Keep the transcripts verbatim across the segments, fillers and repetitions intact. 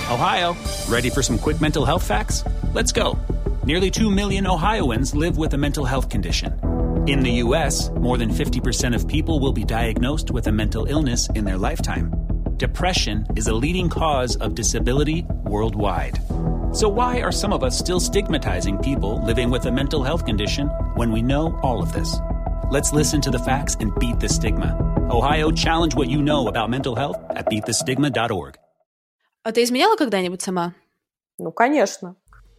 Ohio, ready for some quick mental health facts? Let's go. Nearly two million Ohioans live with a mental health condition. In the U S, more than fifty percent of people will be diagnosed with a mental illness in their lifetime. Depression is a leading cause of disability worldwide. So why are some of us still stigmatizing people living with a mental health condition when we know all of this? Let's listen to the facts and beat the stigma. Ohio, challenge what you know about mental health at beat the stigma dot org. А ты изменяла когда-нибудь сама? Ну, конечно.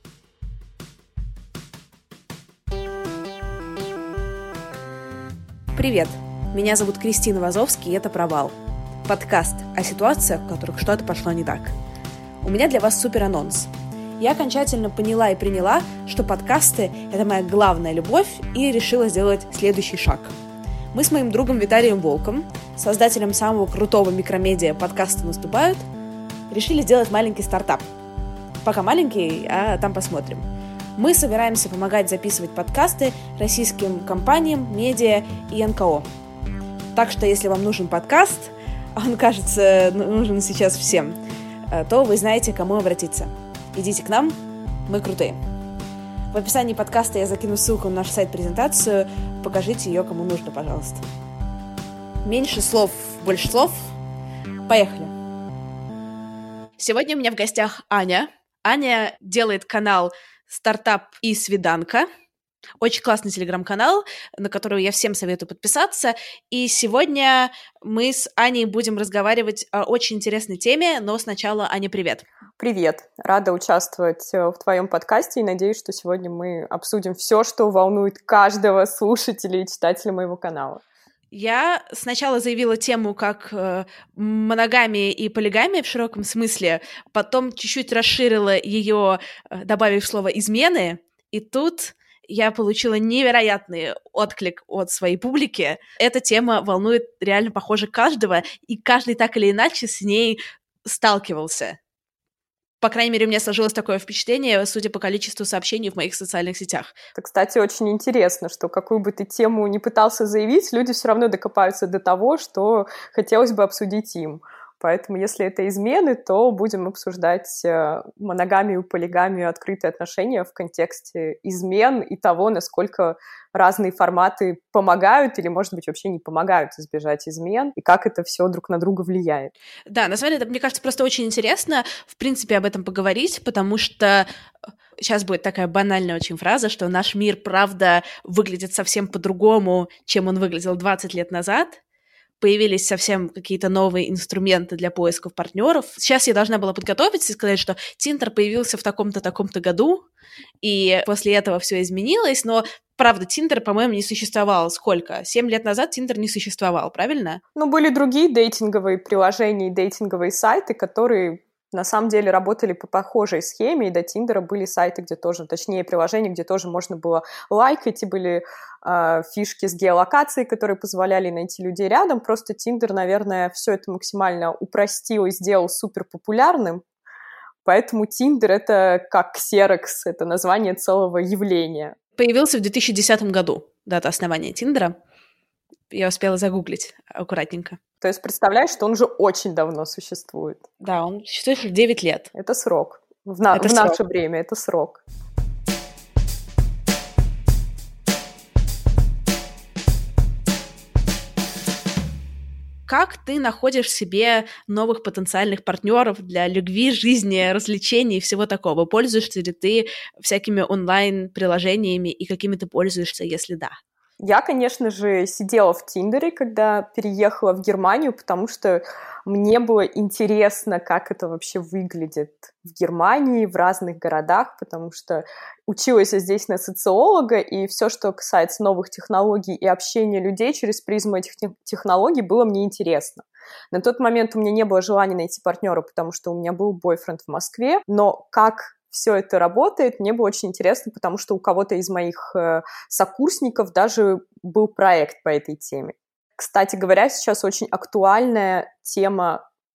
Привет, меня зовут Кристина Вазовский, и это «Провал». Подкаст о ситуациях, в которых что-то пошло не так. У меня для вас супер анонс. Я окончательно поняла и приняла, что подкасты — это моя главная любовь, и решила сделать следующий шаг. Мы с моим другом Виталием Волком, создателем самого крутого микромедиа «Подкасты наступают», решили сделать маленький стартап. Пока маленький, а там посмотрим. Мы собираемся помогать записывать подкасты российским компаниям, медиа и эн ка о. Так что, если вам нужен подкаст, он, кажется, нужен сейчас всем, то вы знаете, к кому обратиться. Идите к нам, мы крутые. В описании подкаста я закину ссылку на наш сайт-презентацию. Покажите ее, кому нужно, пожалуйста. Меньше слов, больше слов. Поехали. Сегодня у меня в гостях Аня. Аня делает канал «Стартап и свиданка». Очень классный телеграм-канал, на который я всем советую подписаться. И сегодня мы с Аней будем разговаривать о очень интересной теме, но сначала, Аня, привет. Привет. Рада участвовать в твоем подкасте и надеюсь, что сегодня мы обсудим все, что волнует каждого слушателя и читателя моего канала. Я сначала заявила тему как э, моногамия и полигамия в широком смысле, потом чуть-чуть расширила ее, э, добавив слово «измены», и тут я получила невероятный отклик от своей публики. Эта тема волнует реально, похоже, каждого, и каждый так или иначе с ней сталкивался. По крайней мере, у меня сложилось такое впечатление, судя по количеству сообщений в моих социальных сетях. Это, кстати, очень интересно, что какую бы ты тему ни пытался заявить, люди все равно докопаются до того, что хотелось бы обсудить им. Поэтому, если это измены, то будем обсуждать моногамию, полигамию, открытые отношения в контексте измен и того, насколько разные форматы помогают или, может быть, вообще не помогают избежать измен, и как это все друг на друга влияет. Да, на самом деле, это, мне кажется, просто очень интересно, в принципе, об этом поговорить, потому что сейчас будет такая банальная очень фраза, что наш мир, правда, выглядит совсем по-другому, чем он выглядел двадцать лет назад. Появились совсем какие-то новые инструменты для поисков партнеров. Сейчас я должна была подготовиться и сказать, что Tinder появился в таком-то, таком-то году, и после этого все изменилось, но, правда, Tinder, по-моему, не существовал. Сколько? Семь лет назад Tinder не существовал, правильно? Ну, были другие дейтинговые приложения и дейтинговые сайты, которые на самом деле работали по похожей схеме, и до Тиндера были сайты, где тоже, точнее, приложения, где тоже можно было лайкать, и были э, фишки с геолокацией, которые позволяли найти людей рядом. Просто Тиндер, наверное, все это максимально упростил и сделал супер популярным, поэтому Тиндер — это как Xerox, это название целого явления. Появился в две тысячи десятом году, дата основания Тиндера. Я успела загуглить аккуратненько. То есть представляешь, что он уже очень давно существует. Да, он существует уже девять лет. Это срок. В, на- это в срок. наше время это срок. Как ты находишь себе новых потенциальных партнеров для любви, жизни, развлечений и всего такого? Пользуешься ли ты всякими онлайн-приложениями и какими ты пользуешься, если да? Я, конечно же, сидела в Тиндере, когда переехала в Германию, потому что мне было интересно, как это вообще выглядит в Германии, в разных городах, потому что училась я здесь на социолога, и все, что касается новых технологий и общения людей через призму этих технологий, было мне интересно. На тот момент у меня не было желания найти партнера, потому что у меня был бойфренд в Москве, но как все это работает, мне было очень интересно, потому что у кого-то из моих э, сокурсников даже был проект по этой теме. Кстати говоря, сейчас очень актуальная тема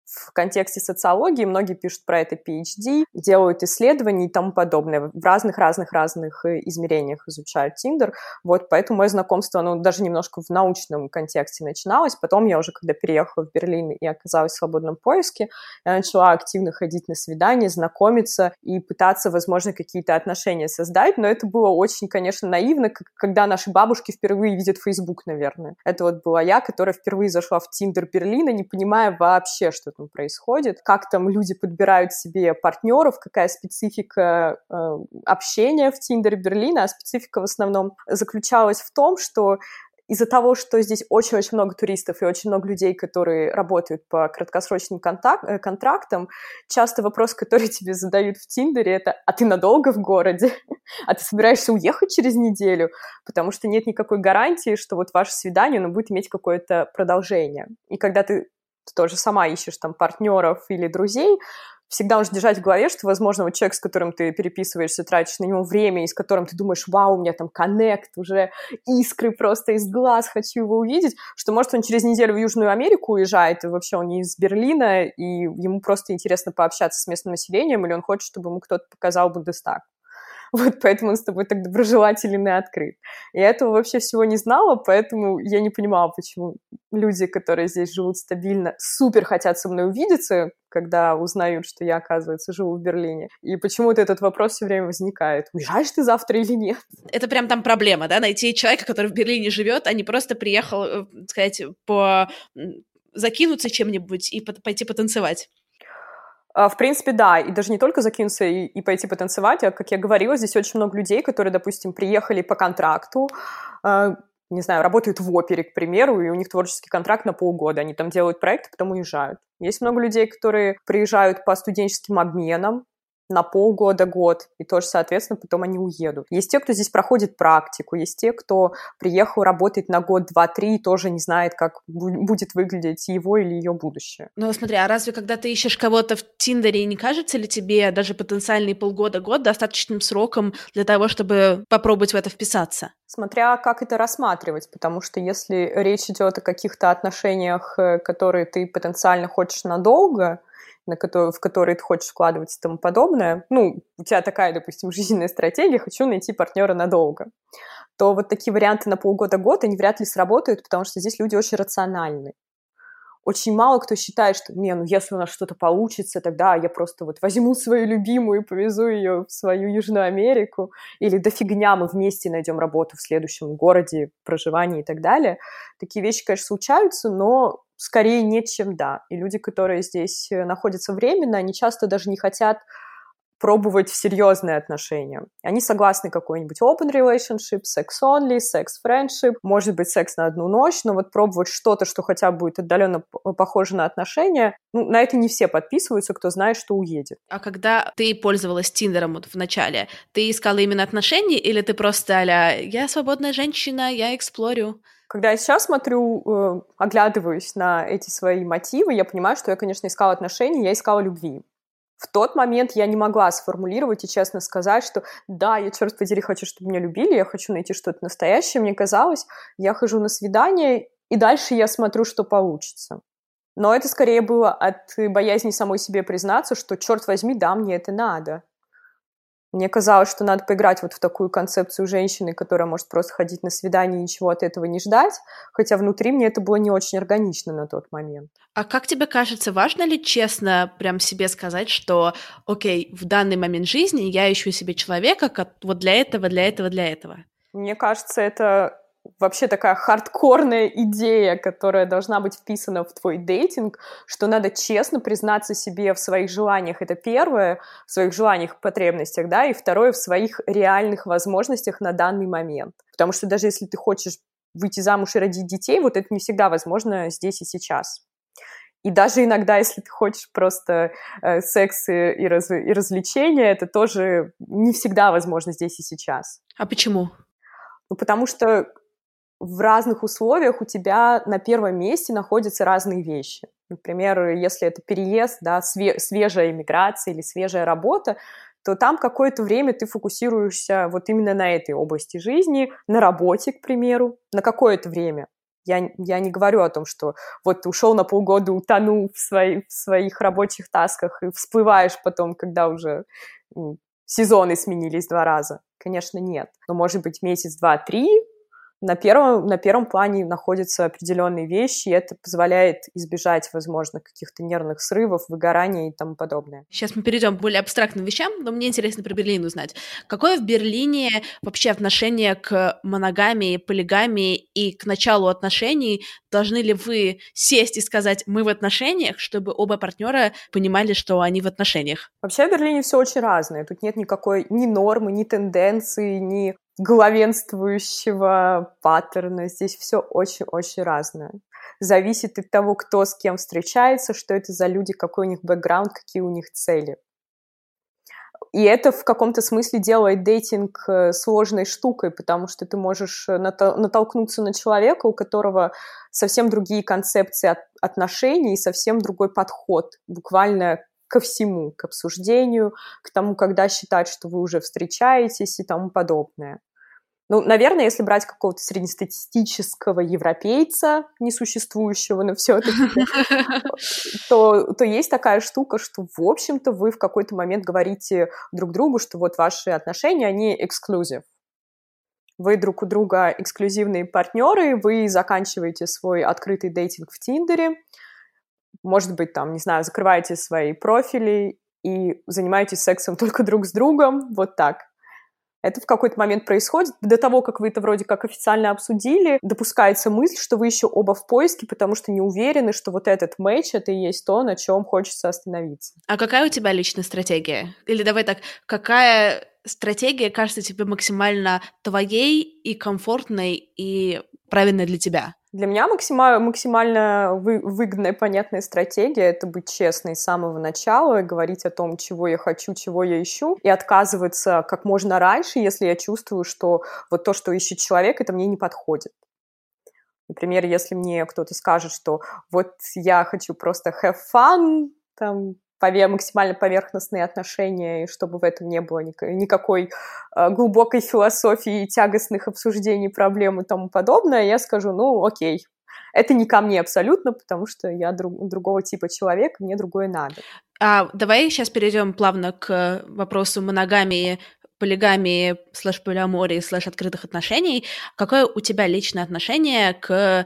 в контексте социологии, многие пишут про это пи эйч ди, делают исследования и тому подобное, в разных-разных-разных измерениях изучают Tinder. Вот, поэтому мое знакомство, оно даже немножко в научном контексте начиналось. Потом я уже, когда переехала в Берлин и оказалась в свободном поиске, я начала активно ходить на свидания, знакомиться и пытаться, возможно, какие-то отношения создать. Но это было очень, конечно, наивно, когда наши бабушки впервые видят Facebook, наверное. Это вот была я, которая впервые зашла в Tinder Берлина, не понимая вообще, что там происходит, как там люди подбирают себе партнеров, какая специфика э, общения в Tinder Берлина, а специфика в основном заключалась в том, что из-за того, что здесь очень-очень много туристов и очень много людей, которые работают по краткосрочным контак- контрактам, часто вопрос, который тебе задают в Тиндере, это «А ты надолго в городе? А ты собираешься уехать через неделю?» Потому что нет никакой гарантии, что вот ваше свидание, оно будет иметь какое-то продолжение. И когда ты ты тоже сама ищешь там партнеров или друзей, всегда нужно держать в голове, что, возможно, вот человек, с которым ты переписываешься, тратишь на него время, и с которым ты думаешь, вау, у меня там коннект, уже искры просто из глаз, хочу его увидеть, что, может, он через неделю в Южную Америку уезжает, и вообще он не из Берлина, и ему просто интересно пообщаться с местным населением, или он хочет, чтобы ему кто-то показал Бундестаг. Вот поэтому он с тобой так доброжелателен и открыт. Я этого вообще всего не знала, поэтому я не понимала, почему люди, которые здесь живут стабильно, супер хотят со мной увидеться, когда узнают, что я, оказывается, живу в Берлине. И почему-то этот вопрос все время возникает. Уезжаешь ты завтра или нет? Это прям там проблема, да? Найти человека, который в Берлине живет, а не просто приехал, так сказать, по... закинуться чем-нибудь и пойти потанцевать. В принципе, да, и даже не только закинуться и, и пойти потанцевать, а, как я говорила, здесь очень много людей, которые, допустим, приехали по контракту, э, не знаю, работают в опере, к примеру, и у них творческий контракт на полгода, они там делают проекты, потом уезжают. Есть много людей, которые приезжают по студенческим обменам на полгода, год, и тоже, соответственно, потом они уедут. Есть те, кто здесь проходит практику, есть те, кто приехал работать на год, два, три, и тоже не знает, как будет выглядеть его или ее будущее. Ну, смотри, а разве когда ты ищешь кого-то в Тиндере, не кажется ли тебе даже потенциальный полгода-год достаточным сроком для того, чтобы попробовать в это вписаться? Смотря как это рассматривать, потому что если речь идет о каких-то отношениях, которые ты потенциально хочешь надолго, на который, в которые ты хочешь вкладываться и тому подобное, ну, у тебя такая, допустим, жизненная стратегия, хочу найти партнера надолго, то вот такие варианты на полгода-год, они вряд ли сработают, потому что здесь люди очень рациональны. Очень мало кто считает, что, не, ну, если у нас что-то получится, тогда я просто вот возьму свою любимую и повезу ее в свою Южную Америку, или да фигня, мы вместе найдем работу в следующем городе, проживание и так далее. Такие вещи, конечно, случаются, но скорее нет, чем да. И люди, которые здесь находятся временно, они часто даже не хотят пробовать в серьезные отношения. Они согласны какой-нибудь open relationship, sex only, sex friendship, может быть, секс на одну ночь, но вот пробовать что-то, что хотя бы будет отдаленно похоже на отношения, ну, на это не все подписываются, кто знает, что уедет. А когда ты пользовалась Тиндером вот в начале, ты искала именно отношения или ты просто а-ля «я свободная женщина, я эксплорю»? Когда я сейчас смотрю, э, оглядываюсь на эти свои мотивы, я понимаю, что я, конечно, искала отношения, я искала любви. В тот момент я не могла сформулировать и честно сказать, что да, я, черт подери, хочу, чтобы меня любили, я хочу найти что-то настоящее. Мне казалось, я хожу на свидание, и дальше я смотрю, что получится. Но это скорее было от боязни самой себе признаться, что, черт возьми, да, мне это надо. Мне казалось, что надо поиграть вот в такую концепцию женщины, которая может просто ходить на свидание и ничего от этого не ждать, хотя внутри мне это было не очень органично на тот момент. А как тебе кажется, важно ли честно прям себе сказать, что, окей, в данный момент жизни я ищу себе человека как вот для этого, для этого, для этого? Мне кажется, это вообще такая хардкорная идея, которая должна быть вписана в твой дейтинг, что надо честно признаться себе в своих желаниях. Это первое, в своих желаниях и потребностях, да, и второе, в своих реальных возможностях на данный момент. Потому что даже если ты хочешь выйти замуж и родить детей, вот это не всегда возможно здесь и сейчас. И даже иногда, если ты хочешь просто э, секс и, и, раз, и развлечения, это тоже не всегда возможно здесь и сейчас. А почему? Ну, потому что в разных условиях у тебя на первом месте находятся разные вещи. Например, если это переезд, да, све- свежая иммиграция или свежая работа, то там какое-то время ты фокусируешься вот именно на этой области жизни, на работе, к примеру, на какое-то время. Я, я не говорю о том, что вот ты ушел на полгода, утонул в, свои, в своих рабочих тасках и всплываешь потом, когда уже сезоны сменились два раза. Конечно, нет. Но, может быть, месяц, два, три на первом, на первом плане находятся определенные вещи, и это позволяет избежать, возможно, каких-то нервных срывов, выгорания и тому подобное. Сейчас мы перейдем к более абстрактным вещам, но мне интересно про Берлин узнать. Какое в Берлине вообще отношение к моногамии, полигамии и к началу отношений? Должны ли вы сесть и сказать «мы в отношениях», чтобы оба партнера понимали, что они в отношениях? Вообще в Берлине все очень разное. Тут нет никакой ни нормы, ни тенденции, ни главенствующего паттерна. Здесь все очень-очень разное. Зависит от того, кто с кем встречается, что это за люди, какой у них бэкграунд, какие у них цели. И это в каком-то смысле делает дейтинг сложной штукой, потому что ты можешь натолкнуться на человека, у которого совсем другие концепции отношений и совсем другой подход, буквально ко всему, к обсуждению, к тому, когда считать, что вы уже встречаетесь и тому подобное. Ну, наверное, если брать какого-то среднестатистического европейца, несуществующего, но все-таки, то, то есть такая штука, что, в общем-то, вы в какой-то момент говорите друг другу, что вот ваши отношения, они эксклюзив. Вы друг у друга эксклюзивные партнеры, вы заканчиваете свой открытый дейтинг в Тиндере, может быть, там, не знаю, закрываете свои профили и занимаетесь сексом только друг с другом, вот так. Это в какой-то момент происходит. До того, как вы это вроде как официально обсудили, допускается мысль, что вы еще оба в поиске, потому что не уверены, что вот этот матч — это и есть то, на чем хочется остановиться. А какая у тебя личная стратегия? Или давай так, какая стратегия кажется тебе максимально твоей и комфортной, и правильной для тебя? Для меня максимально, максимально вы, выгодная, понятная стратегия — это быть честной с самого начала, говорить о том, чего я хочу, чего я ищу, и отказываться как можно раньше, если я чувствую, что вот то, что ищет человек, это мне не подходит. Например, если мне кто-то скажет, что вот я хочу просто have fun, там, максимально поверхностные отношения, и чтобы в этом не было никакой э, глубокой философии, тягостных обсуждений, проблем и тому подобное, я скажу, ну, окей, это не ко мне абсолютно, потому что я друг, другого типа человек, мне другое надо. А, давай сейчас перейдем плавно к вопросу моногамии, полигамии, слэш-полиамории, слэш-открытых отношений. Какое у тебя личное отношение к,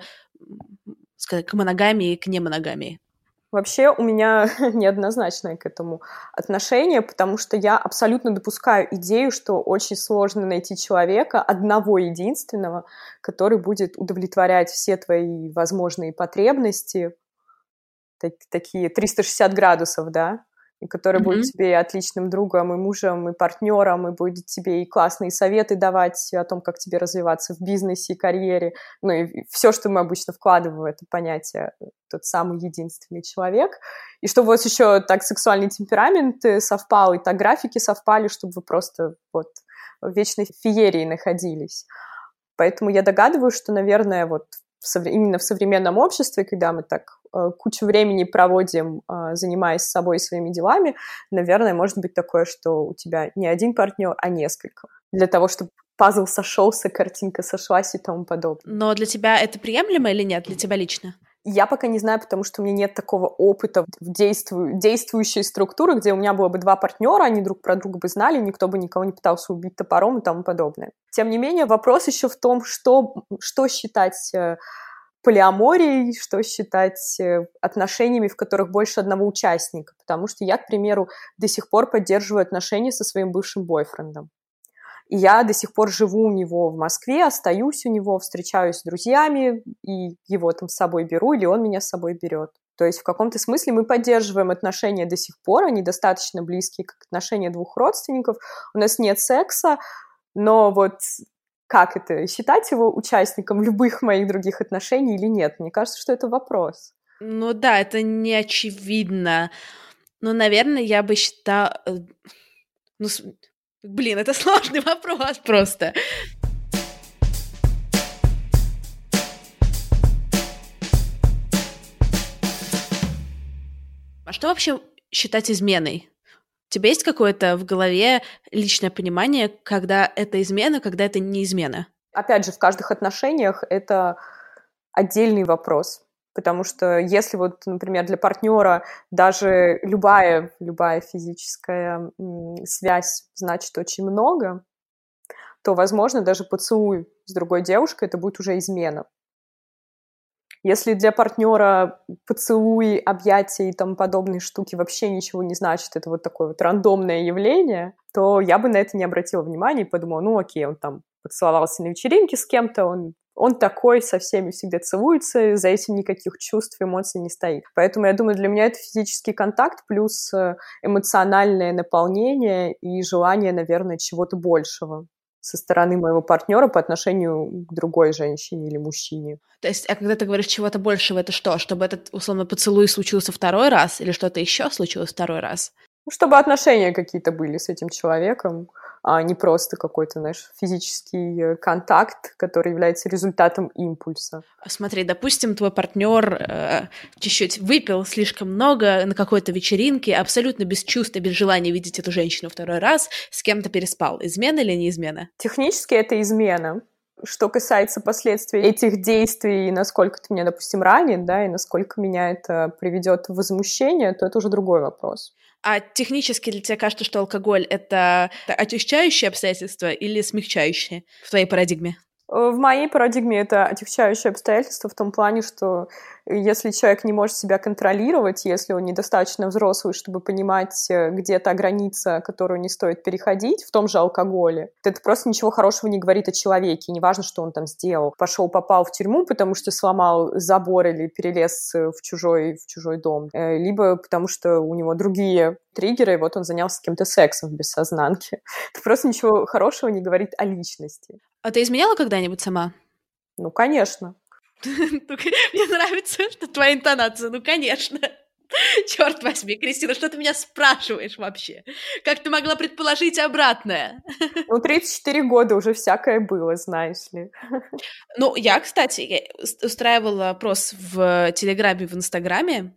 к моногамии и к немоногамии? Вообще у меня неоднозначное к этому отношение, потому что я абсолютно допускаю идею, что очень сложно найти человека, одного единственного, который будет удовлетворять все твои возможные потребности, так, такие триста шестьдесят градусов, да, и который mm-hmm. будет тебе и отличным другом, и мужем, и партнером, и будет тебе и классные советы давать о том, как тебе развиваться в бизнесе и карьере. Ну и все, что мы обычно вкладываем в это понятие, тот самый единственный человек. И чтобы вот еще так сексуальный темперамент совпал, и так графики совпали, чтобы вы просто вот в вечной феерии находились. Поэтому я догадываюсь, что, наверное, вот в сов... именно в современном обществе, когда мы так кучу времени проводим, занимаясь собой и своими делами, наверное, может быть такое, что у тебя не один партнер, а несколько. Для того, чтобы пазл сошелся, картинка сошлась и тому подобное. Но для тебя это приемлемо или нет? Для тебя лично? Я пока не знаю, потому что у меня нет такого опыта в действу... действующей структуры, где у меня было бы два партнера, они друг про друга бы знали, никто бы никого не пытался убить топором и тому подобное. Тем не менее, вопрос еще в том, что, что считать полиаморией, что считать отношениями, в которых больше одного участника. Потому что я, к примеру, до сих пор поддерживаю отношения со своим бывшим бойфрендом. И я до сих пор живу у него в Москве, остаюсь у него, встречаюсь с друзьями, и его там с собой беру, или он меня с собой берет. То есть в каком-то смысле мы поддерживаем отношения до сих пор, они достаточно близкие, как отношения двух родственников. У нас нет секса, но вот как это, считать его участником любых моих других отношений или нет? Мне кажется, что это вопрос. Ну да, это не очевидно. Но, наверное, я бы считала... Ну, блин, это сложный вопрос просто. А что вообще считать изменой? У тебя есть какое-то в голове личное понимание, когда это измена, когда это не измена? Опять же, в каждых отношениях это отдельный вопрос. Потому что если вот, например, для партнера даже любая, любая физическая связь значит очень много, то, возможно, даже поцелуй с другой девушкой это будет уже измена. Если для партнера поцелуй, объятия и тому подобные штуки вообще ничего не значит, это вот такое вот рандомное явление, то я бы на это не обратила внимания и подумала, ну окей, он там поцеловался на вечеринке с кем-то, он, он такой, со всеми всегда целуется, за этим никаких чувств, эмоций не стоит. Поэтому я думаю, для меня это физический контакт плюс эмоциональное наполнение и желание, наверное, чего-то большего со стороны моего партнера по отношению к другой женщине или мужчине. То есть, а когда ты говоришь чего-то большего, это что? Чтобы этот, условно, поцелуй случился второй раз или что-то еще случилось второй раз? Чтобы отношения какие-то были с этим человеком, а не просто какой-то, знаешь, физический контакт, который является результатом импульса. Смотри, допустим, твой партнер э, чуть-чуть выпил слишком много на какой-то вечеринке, абсолютно без чувств и без желания видеть эту женщину второй раз, с кем-то переспал. Измена или не измена? Технически это измена. Что касается последствий этих действий, насколько ты меня, допустим, ранит, да, и насколько меня это приведет в возмущение, то это уже другой вопрос. А технически для тебя кажется, что алкоголь — это отягчающее обстоятельство или смягчающее в твоей парадигме? В моей парадигме это отягчающее обстоятельство в том плане, что если человек не может себя контролировать, если он недостаточно взрослый, чтобы понимать, где та граница, которую не стоит переходить, в том же алкоголе, то это просто ничего хорошего не говорит о человеке, неважно, что он там сделал. Пошел, попал в тюрьму, потому что сломал забор или перелез в чужой, в чужой дом, либо потому что у него другие триггеры, и вот он занялся каким-то сексом в бессознанке. Это просто ничего хорошего не говорит о личности. А ты изменяла когда-нибудь сама? Ну, конечно. Мне нравится, что твоя интонация. Ну, конечно. Черт возьми, Кристина, что ты меня спрашиваешь вообще? Как ты могла предположить обратное? Ну, тридцать четыре года уже всякое было, знаешь ли. Ну, я, кстати, устраивала опрос в Телеграме, в Инстаграме,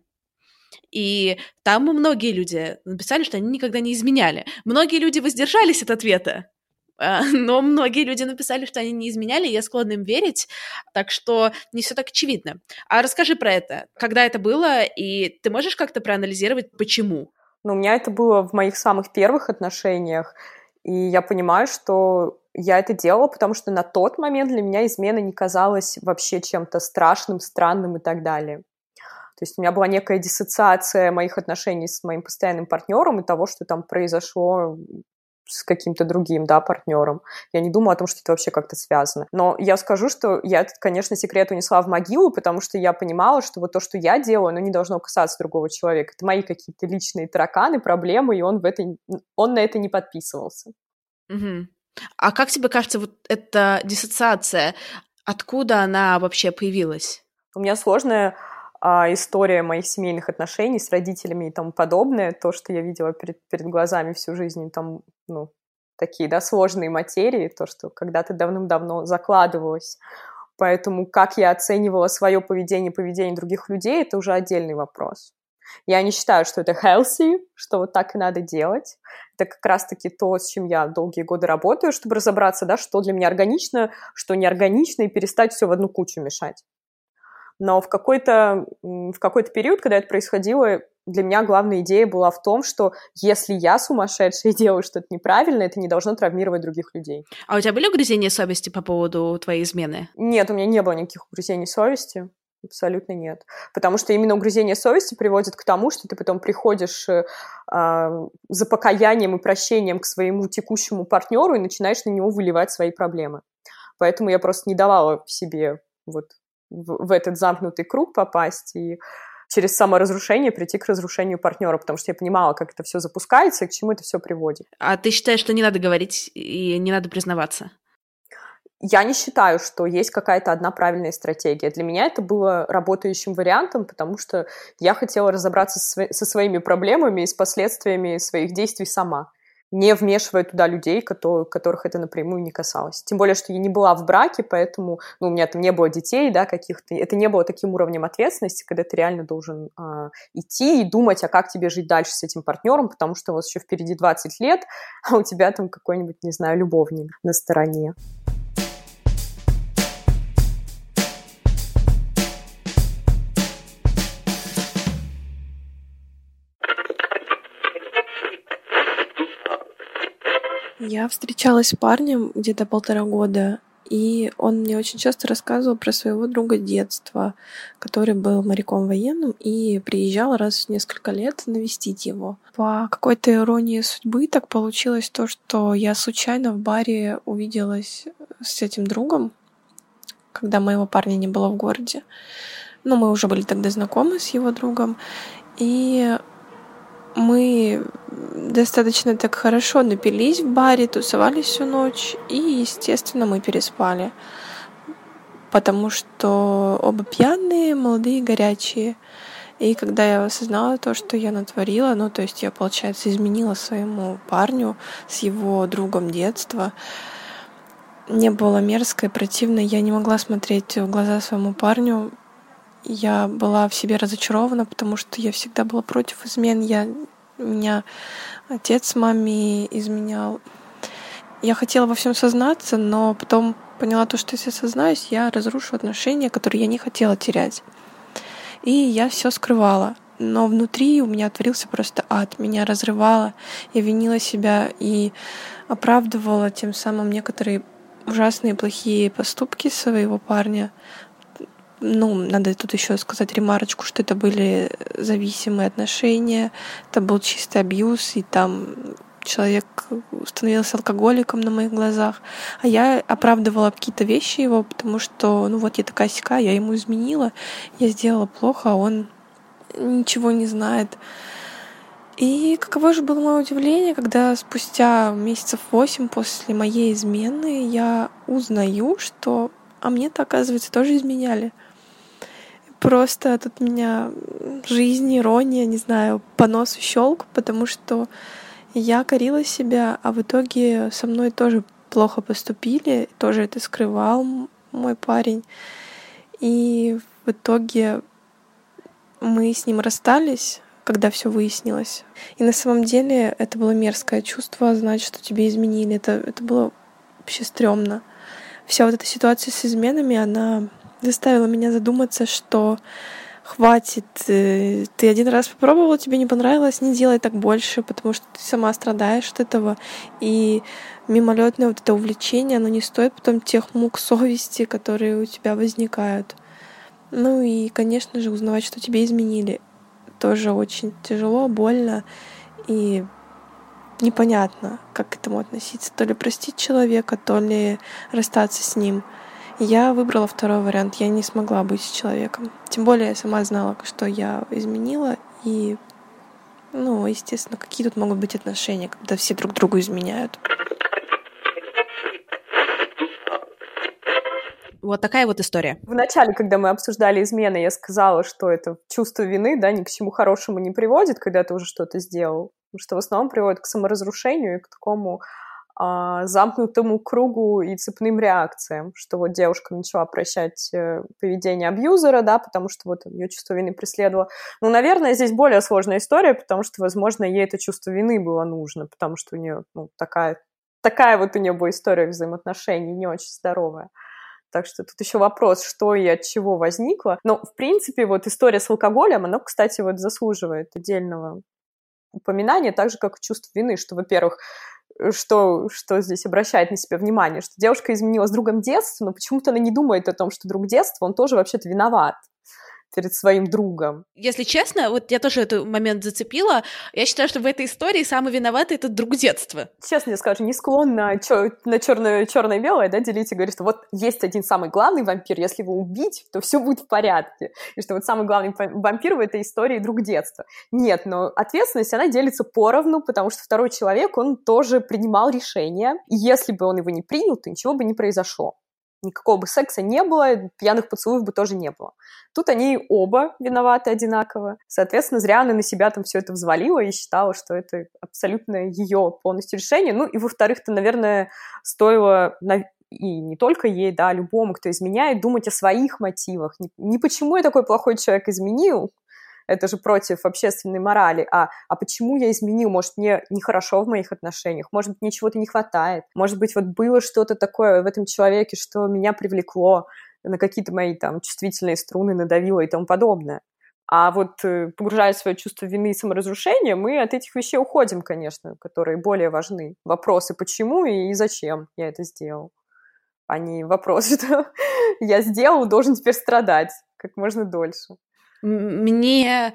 и там многие люди написали, что они никогда не изменяли. Многие люди воздержались от ответа. Но многие люди написали, что они не изменяли, и я склонна им верить, так что не все так очевидно. А расскажи про это. Когда это было, и ты можешь как-то проанализировать, почему? Ну, у меня это было в моих самых первых отношениях, и я понимаю, что я это делала, потому что на тот момент для меня измена не казалась вообще чем-то страшным, странным и так далее. То есть у меня была некая диссоциация моих отношений с моим постоянным партнером и того, что там произошло с каким-то другим, да, партнером. Я не думаю о том, что это вообще как-то связано. Но я скажу, что я этот, конечно, секрет унесла в могилу, потому что я понимала, что вот то, что я делаю, оно не должно касаться другого человека. Это мои какие-то личные тараканы, проблемы, и он, в это, он на это не подписывался. Угу. А как тебе кажется, вот эта диссоциация, откуда она вообще появилась? У меня сложная а, история моих семейных отношений с родителями и тому подобное. То, что я видела перед, перед глазами всю жизнь, там, ну, такие, да, сложные материи, то, что когда-то давным-давно закладывалось. Поэтому как я оценивала свое поведение, поведение других людей, это уже отдельный вопрос. Я не считаю, что это healthy, что вот так и надо делать. Это как раз-таки то, с чем я долгие годы работаю, чтобы разобраться, да, что для меня органично, что неорганично, и перестать все в одну кучу мешать. Но в какой-то, в какой-то период, когда это происходило, для меня главная идея была в том, что если я сумасшедшая и делаю что-то неправильно, это не должно травмировать других людей. А у тебя были угрызения совести по поводу твоей измены? Нет, у меня не было никаких угрызений совести. Абсолютно нет. Потому что именно угрызение совести приводит к тому, что ты потом приходишь э, за покаянием и прощением к своему текущему партнеру и начинаешь на него выливать свои проблемы. Поэтому я просто не давала себе вот в, в этот замкнутый круг попасть и через саморазрушение прийти к разрушению партнера, потому что я понимала, как это все запускается и к чему это все приводит. А ты считаешь, что не надо говорить и не надо признаваться? Я не считаю, что есть какая-то одна правильная стратегия. Для меня это было работающим вариантом, потому что я хотела разобраться со своими проблемами и с последствиями своих действий сама, не вмешивая туда людей, которых это напрямую не касалось. Тем более, что я не была в браке, поэтому ну, у меня там не было детей, да, каких-то. Это не было таким уровнем ответственности, когда ты реально должен а, идти и думать, а как тебе жить дальше с этим партнером, потому что у вас еще впереди двадцать лет, а у тебя там какой-нибудь, не знаю, любовник на стороне. Я встречалась с парнем где-то полтора года, и он мне очень часто рассказывал про своего друга детства, который был моряком военным и приезжал раз в несколько лет навестить его. По какой-то иронии судьбы так получилось то, что я случайно в баре увиделась с этим другом, когда моего парня не было в городе. Но мы уже были тогда знакомы с его другом, и мы достаточно так хорошо напились в баре, тусовались всю ночь, и, естественно, мы переспали. Потому что оба пьяные, молодые, горячие. И когда я осознала то, что я натворила, ну, то есть я, получается, изменила своему парню с его другом детства, мне было мерзко и противно, я не могла смотреть в глаза своему парню. Я была в себе разочарована, потому что я всегда была против измен. Я, меня отец маме изменял. Я хотела во всем сознаться, но потом поняла то, что если сознаюсь, я разрушу отношения, которые я не хотела терять. И я все скрывала. Но внутри у меня творился просто ад. Меня разрывало. Я винила себя и оправдывала тем самым некоторые ужасные плохие поступки своего парня. Ну, надо тут еще сказать ремарочку, что это были зависимые отношения, это был чистый абьюз, и там человек становился алкоголиком на моих глазах. А я оправдывала какие-то вещи его, потому что, ну вот я такая-сякая, я ему изменила, я сделала плохо, а он ничего не знает. И каково же было мое удивление, когда спустя месяцев восемь после моей измены я узнаю, что а мне-то, оказывается, тоже изменяли. Просто тут меня жизнь, ирония, не знаю, по носу щелк, потому что я корила себя, а в итоге со мной тоже плохо поступили, тоже это скрывал мой парень. И в итоге мы с ним расстались, когда все выяснилось. И на самом деле это было мерзкое чувство, знать, что тебе изменили. Это, это было вообще стрёмно. Вся вот эта ситуация с изменами, она заставила меня задуматься, что хватит, ты один раз попробовала, тебе не понравилось, не делай так больше, потому что ты сама страдаешь от этого, и мимолетное вот это увлечение, оно не стоит потом тех мук совести, которые у тебя возникают. Ну и, конечно же, узнавать, что тебе изменили, тоже очень тяжело, больно и непонятно, как к этому относиться. То ли простить человека, то ли расстаться с ним. Я выбрала второй вариант. Я не смогла быть с человеком. Тем более я сама знала, что я изменила. И, ну, естественно, какие тут могут быть отношения, когда все друг другу изменяют. Вот такая вот история. Вначале, когда мы обсуждали измены, я сказала, что это чувство вины, да, ни к чему хорошему не приводит, когда ты уже что-то сделал. Что в основном приводит к саморазрушению и к такому а, замкнутому кругу и цепным реакциям, что вот девушка начала прощать э, поведение абьюзера, да, потому что вот ее чувство вины преследовало. Ну, наверное, здесь более сложная история, потому что, возможно, ей это чувство вины было нужно, потому что у нее, ну, такая, такая вот у нее была история взаимоотношений, не очень здоровая. Так что тут еще вопрос, что и от чего возникло. Но, в принципе, вот история с алкоголем, она, кстати, вот заслуживает отдельного упоминания, так же, как и чувство вины, что, во-первых, что, что здесь обращает на себя внимание, что девушка изменила с другом детства, но почему-то она не думает о том, что друг детства, он тоже вообще-то виноват перед своим другом. Если честно, вот я тоже этот момент зацепила. Я считаю, что в этой истории самый виноватый — это друг детства. Честно я скажу, не склонна чё, на черное-белое, да, делить и говорить, что вот есть один самый главный вампир, если его убить, то все будет в порядке. И что вот самый главный вампир в этой истории друг детства. Нет, но ответственность, она делится поровну, потому что второй человек, он тоже принимал решение. И если бы он его не принял, то ничего бы не произошло. Никакого бы секса не было, пьяных поцелуев бы тоже не было. Тут они оба виноваты одинаково. Соответственно, зря она на себя там все это взвалила и считала, что это абсолютно ее полностью решение. Ну и, во-вторых-то, наверное, стоило... И не только ей, да, любому, кто изменяет, думать о своих мотивах. Не, не почему я такой плохой человек изменил, это же против общественной морали, а, а почему я изменил? Может, мне нехорошо в моих отношениях? Может быть, мне чего-то не хватает? Может быть, вот было что-то такое в этом человеке, что меня привлекло, на какие-то мои там чувствительные струны надавило и тому подобное. А вот погружаясь в свое чувство вины и саморазрушения, мы от этих вещей уходим, конечно, которые более важны. Вопросы, почему и зачем я это сделал, а не вопрос, что я сделал, должен теперь страдать как можно дольше. Мне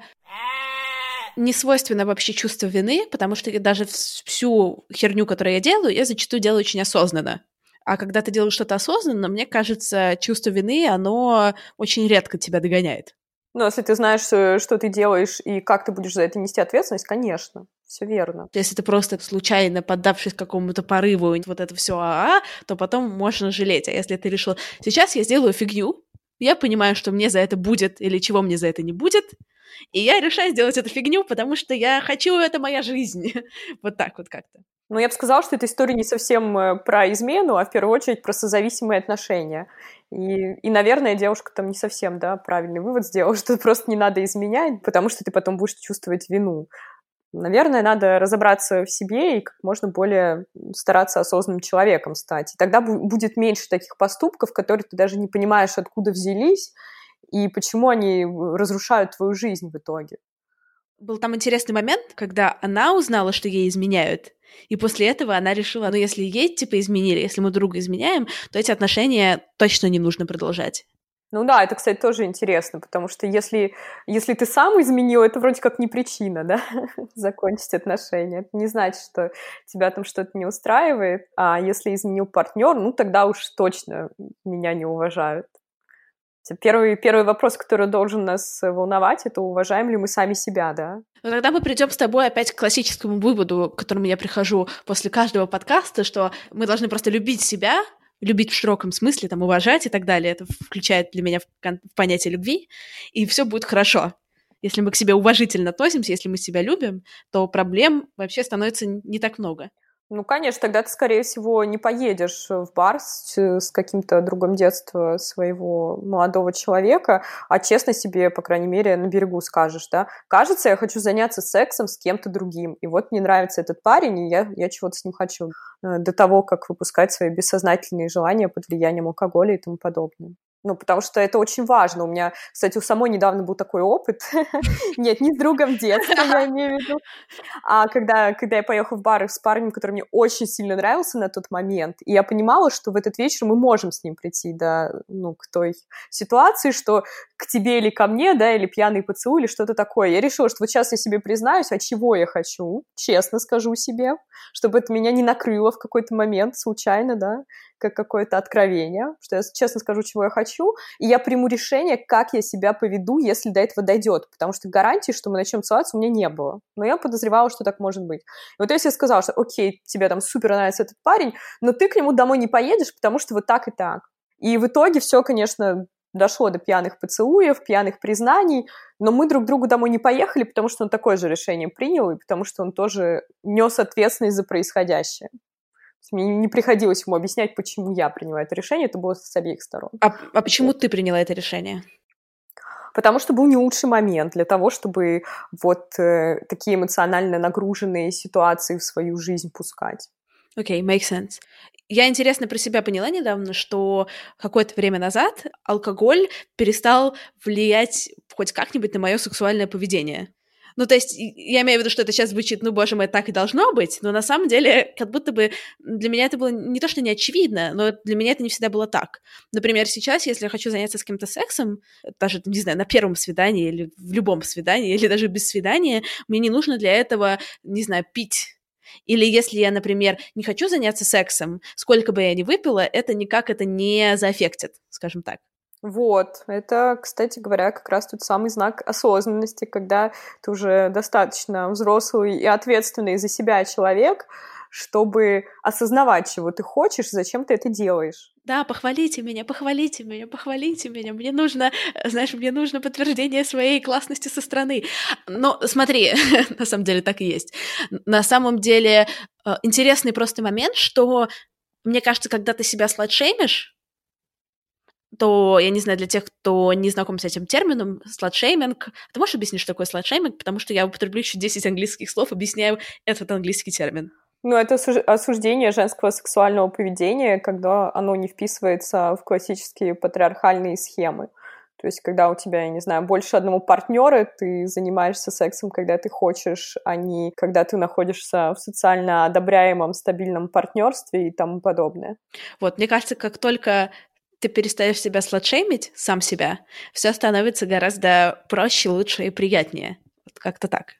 не свойственно вообще чувство вины, потому что даже всю херню, которую я делаю, я зачастую делаю очень осознанно. А когда ты делаешь что-то осознанно, мне кажется, чувство вины, оно очень редко тебя догоняет. Ну, если ты знаешь, что ты делаешь и как ты будешь за это нести ответственность, конечно, все верно. Если ты просто случайно, поддавшись какому-то порыву, вот это все а-а, то потом можно жалеть. А если ты решил, сейчас я сделаю фигню, я понимаю, что мне за это будет или чего мне за это не будет, и я решаю сделать эту фигню, потому что я хочу, это моя жизнь. Вот так вот как-то. Ну, я бы сказала, что эта история не совсем про измену, а в первую очередь про созависимые отношения. И, и, наверное, девушка там не совсем, да, правильный вывод сделала, что просто не надо изменять, потому что ты потом будешь чувствовать вину. Наверное, надо разобраться в себе и как можно более стараться осознанным человеком стать. И тогда будет меньше таких поступков, которые ты даже не понимаешь, откуда взялись и почему они разрушают твою жизнь в итоге. Был там интересный момент, когда она узнала, что ей изменяют, и после этого она решила, ну, если ей, типа, изменили, если мы друга изменяем, то эти отношения точно не нужно продолжать. Ну да, это, кстати, тоже интересно, потому что если, если ты сам изменил, это вроде как не причина, да, закончить отношения. Это не значит, что тебя там что-то не устраивает, а если изменил партнер, ну тогда уж точно меня не уважают. Первый, первый вопрос, который должен нас волновать, это уважаем ли мы сами себя, да? Но тогда мы придем с тобой опять к классическому выводу, к которому я прихожу после каждого подкаста, что мы должны просто любить себя, любить в широком смысле, там, уважать и так далее. Это включает для меня в, в понятие любви, и все будет хорошо. Если мы к себе уважительно относимся, если мы себя любим, то проблем вообще становится не так много. Ну, конечно, тогда ты, скорее всего, не поедешь в бар с, с каким-то другом детства своего молодого человека, а честно себе, по крайней мере, на берегу скажешь, да, кажется, я хочу заняться сексом с кем-то другим, и вот мне нравится этот парень, и я, я чего-то с ним хочу, до того, как выпускать свои бессознательные желания под влиянием алкоголя и тому подобное. Ну, потому что это очень важно. У меня, кстати, у самой недавно был такой опыт. Нет, не с другом детства, я имею в виду. А когда, когда я поехала в бар с парнем, который мне очень сильно нравился на тот момент, и я понимала, что в этот вечер мы можем с ним прийти, да, ну, к той ситуации, что к тебе или ко мне, да, или пьяный поцелуй, или что-то такое. Я решила, что вот сейчас я себе признаюсь, а чего я хочу, честно скажу себе, чтобы это меня не накрыло в какой-то момент случайно, да, как какое-то откровение, что я честно скажу, чего я хочу, и я приму решение, как я себя поведу, если до этого дойдет, потому что гарантии, что мы начнем целоваться, у меня не было. Но я подозревала, что так может быть. И вот если я сказала, что окей, тебе там супер нравится этот парень, но ты к нему домой не поедешь, потому что вот так и так. И в итоге все, конечно, дошло до пьяных поцелуев, пьяных признаний, но мы друг к другу домой не поехали, потому что он такое же решение принял, и потому что он тоже нес ответственность за происходящее. Мне не приходилось ему объяснять, почему я приняла это решение, это было с обеих сторон. А, а почему ты приняла это решение? Потому что был не лучший момент для того, чтобы вот э, такие эмоционально нагруженные ситуации в свою жизнь пускать. Окей, okay, makes sense. Я, интересно, про себя поняла недавно, что какое-то время назад алкоголь перестал влиять хоть как-нибудь на мое сексуальное поведение. Ну, то есть, я имею в виду, что это сейчас звучит, ну, боже мой, так и должно быть, но на самом деле, как будто бы для меня это было не то, что не очевидно, но для меня это не всегда было так. Например, сейчас, если я хочу заняться с кем-то сексом, даже, не знаю, на первом свидании или в любом свидании, или даже без свидания, мне не нужно для этого, не знаю, пить. Или если я, например, не хочу заняться сексом, сколько бы я ни выпила, это никак это не заэффектит, скажем так. Вот, это, кстати говоря, как раз тот самый знак осознанности, когда ты уже достаточно взрослый и ответственный за себя человек, чтобы осознавать, чего ты хочешь, зачем ты это делаешь. Да, похвалите меня, похвалите меня, похвалите меня. Мне нужно, знаешь, мне нужно подтверждение своей классности со стороны. Но смотри, на самом деле так и есть. На самом деле интересный просто момент, что, мне кажется, когда ты себя сладшеймишь, то, я не знаю, для тех, кто не знаком с этим термином, сладшейминг, ты можешь объяснить, что такое сладшейминг? Потому что я употреблю еще десять английских слов, объясняю этот английский термин. Ну, это осуждение женского сексуального поведения, когда оно не вписывается в классические патриархальные схемы. То есть, когда у тебя, я не знаю, больше одного партнера, ты занимаешься сексом, когда ты хочешь, а не когда ты находишься в социально одобряемом, стабильном партнерстве и тому подобное. Вот, мне кажется, как только ты перестаешь себя сладшеймить, сам себя, все становится гораздо проще, лучше и приятнее. Вот как-то так.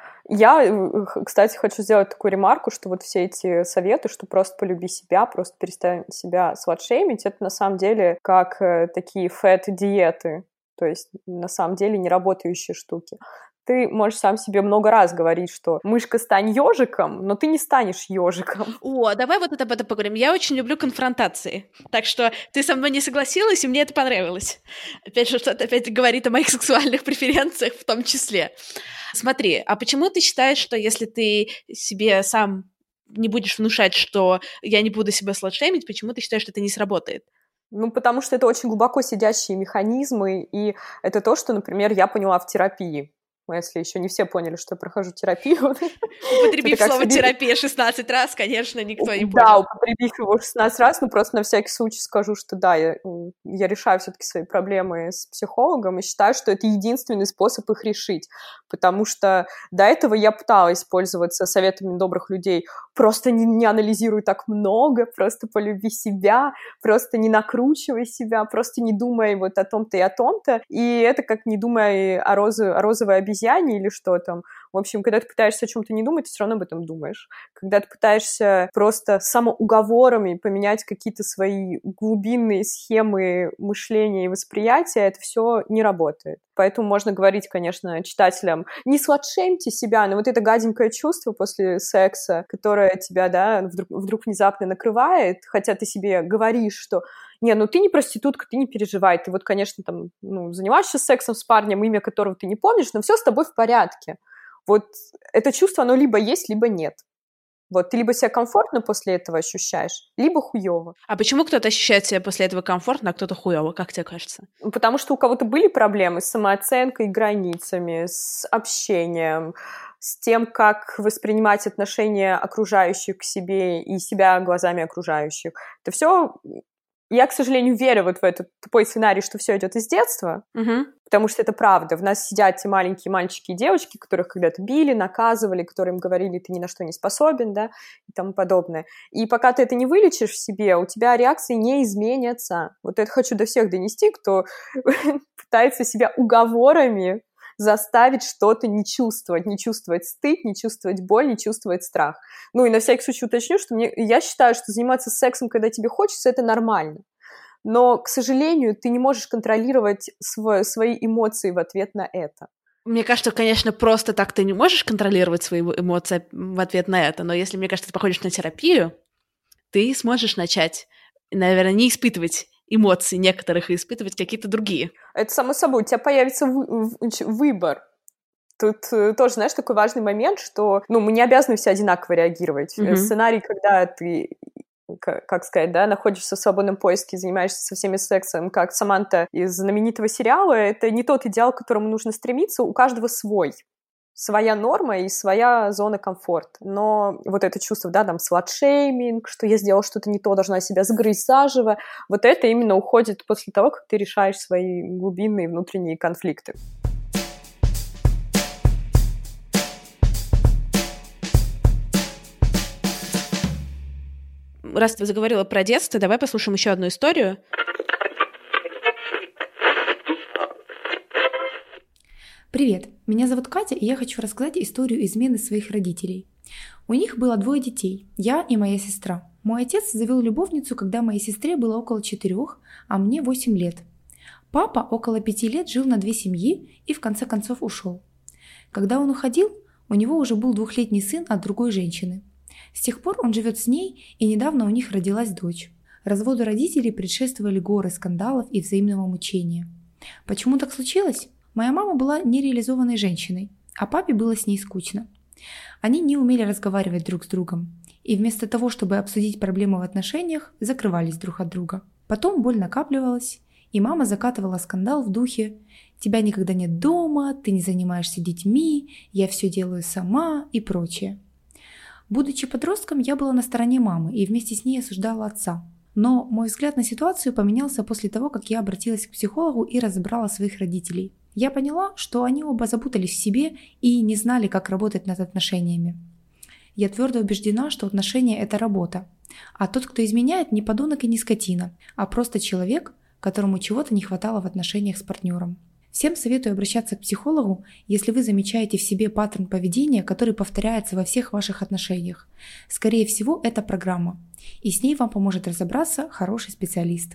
Я, кстати, хочу сделать такую ремарку, что вот все эти советы, что просто полюби себя, просто перестань себя сладшеймить, это на самом деле как такие фэт-диеты, то есть на самом деле не работающие штуки. Ты можешь сам себе много раз говорить, что мышка, стань ежиком, но ты не станешь ежиком. О, давай вот об этом поговорим. Я очень люблю конфронтации. Так что ты со мной не согласилась, и мне это понравилось. Опять же, что-то опять говорит о моих сексуальных преференциях в том числе. Смотри, а почему ты считаешь, что если ты себе сам не будешь внушать, что я не буду себя сладшеймить, почему ты считаешь, что это не сработает? Ну, потому что это очень глубоко сидящие механизмы, и это то, что, например, я поняла в терапии. Если еще не все поняли, что я прохожу терапию. Употребив слово терапия шестнадцать раз, конечно, никто не понял. Да, употребив его шестнадцать раз, но просто на всякий случай скажу, что да, я, я решаю все-таки свои проблемы с психологом и считаю, что это единственный способ их решить. Потому что до этого я пыталась пользоваться советами добрых людей. Просто не, не анализируй так много, просто полюби себя, просто не накручивай себя, просто не думай вот о том-то и о том-то. И это как не думай о, розы, о розовой обезьяне или что там. В общем, когда ты пытаешься о чем-то не думать, ты все равно об этом думаешь. Когда ты пытаешься просто самоуговорами поменять какие-то свои глубинные схемы мышления и восприятия, это все не работает. Поэтому можно говорить, конечно, читателям, не сладшеймьте себя, но вот это гаденькое чувство после секса, которое тебя, да, вдруг, вдруг внезапно накрывает, хотя ты себе говоришь, что не, ну ты не проститутка, ты не переживай, ты вот, конечно, там, ну, занимаешься сексом с парнем, имя которого ты не помнишь, но все с тобой в порядке. Вот это чувство, оно либо есть, либо нет. Вот, ты либо себя комфортно после этого ощущаешь, либо хуёво. А почему кто-то ощущает себя после этого комфортно, а кто-то хуёво, как тебе кажется? Потому что у кого-то были проблемы с самооценкой, границами, с общением, с тем, как воспринимать отношения окружающих к себе и себя глазами окружающих. Это все... Я, к сожалению, верю вот в этот тупой сценарий, что все идет из детства, угу. потому что это правда. В нас сидят те маленькие мальчики и девочки, которых когда-то били, наказывали, которым говорили, ты ни на что не способен, да, и тому подобное. И пока ты это не вылечишь в себе, у тебя реакции не изменятся. Вот это хочу до всех донести, кто пытается себя уговорами заставить что-то не чувствовать, не чувствовать стыд, не чувствовать боль, не чувствовать страх. Ну и на всякий случай уточню, что мне, я считаю, что заниматься сексом, когда тебе хочется, это нормально. Но, к сожалению, ты не можешь контролировать свой, свои эмоции в ответ на это. Мне кажется, конечно, просто так ты не можешь контролировать свои эмоции в ответ на это, но если, мне кажется, ты походишь на терапию, ты сможешь начать, наверное, не испытывать эмоций некоторых и испытывать какие-то другие. Это само собой, у тебя появится вы- выбор. Тут тоже, знаешь, такой важный момент, что, ну, мы не обязаны все одинаково реагировать. Mm-hmm. Сценарий, когда ты, как сказать, да, находишься в свободном поиске, занимаешься со всеми сексом, как Саманта из знаменитого сериала, это не тот идеал, к которому нужно стремиться, у каждого свой. Своя норма и своя зона комфорта. Но вот это чувство, да, там, сладшейминг, что я сделала что-то не то, должна себя сгрызть заживо, вот это именно уходит после того, как ты решаешь свои глубинные внутренние конфликты. Раз ты заговорила про детство, давай послушаем еще одну историю. Привет, меня зовут Катя, и я хочу рассказать историю измены своих родителей. У них было двое детей, я и моя сестра. Мой отец завел любовницу, когда моей сестре было около четырех, а мне восемь лет. Папа около пяти лет жил на две семьи и в конце концов ушел. Когда он уходил, у него уже был двухлетний сын от другой женщины. С тех пор он живет с ней, и недавно у них родилась дочь. Разводу родителей предшествовали горы скандалов и взаимного мучения. Почему так случилось? Моя мама была нереализованной женщиной, а папе было с ней скучно. Они не умели разговаривать друг с другом, и вместо того, чтобы обсудить проблемы в отношениях, закрывались друг от друга. Потом боль накапливалась, и мама закатывала скандал в духе «тебя никогда нет дома, ты не занимаешься детьми, я все делаю сама» и прочее. Будучи подростком, я была на стороне мамы и вместе с ней осуждала отца. Но мой взгляд на ситуацию поменялся после того, как я обратилась к психологу и разобрала своих родителей. Я поняла, что они оба запутались в себе и не знали, как работать над отношениями. Я твердо убеждена, что отношения – это работа. А тот, кто изменяет, не подонок и не скотина, а просто человек, которому чего-то не хватало в отношениях с партнером. Всем советую обращаться к психологу, если вы замечаете в себе паттерн поведения, который повторяется во всех ваших отношениях. Скорее всего, это программа, и с ней вам поможет разобраться хороший специалист.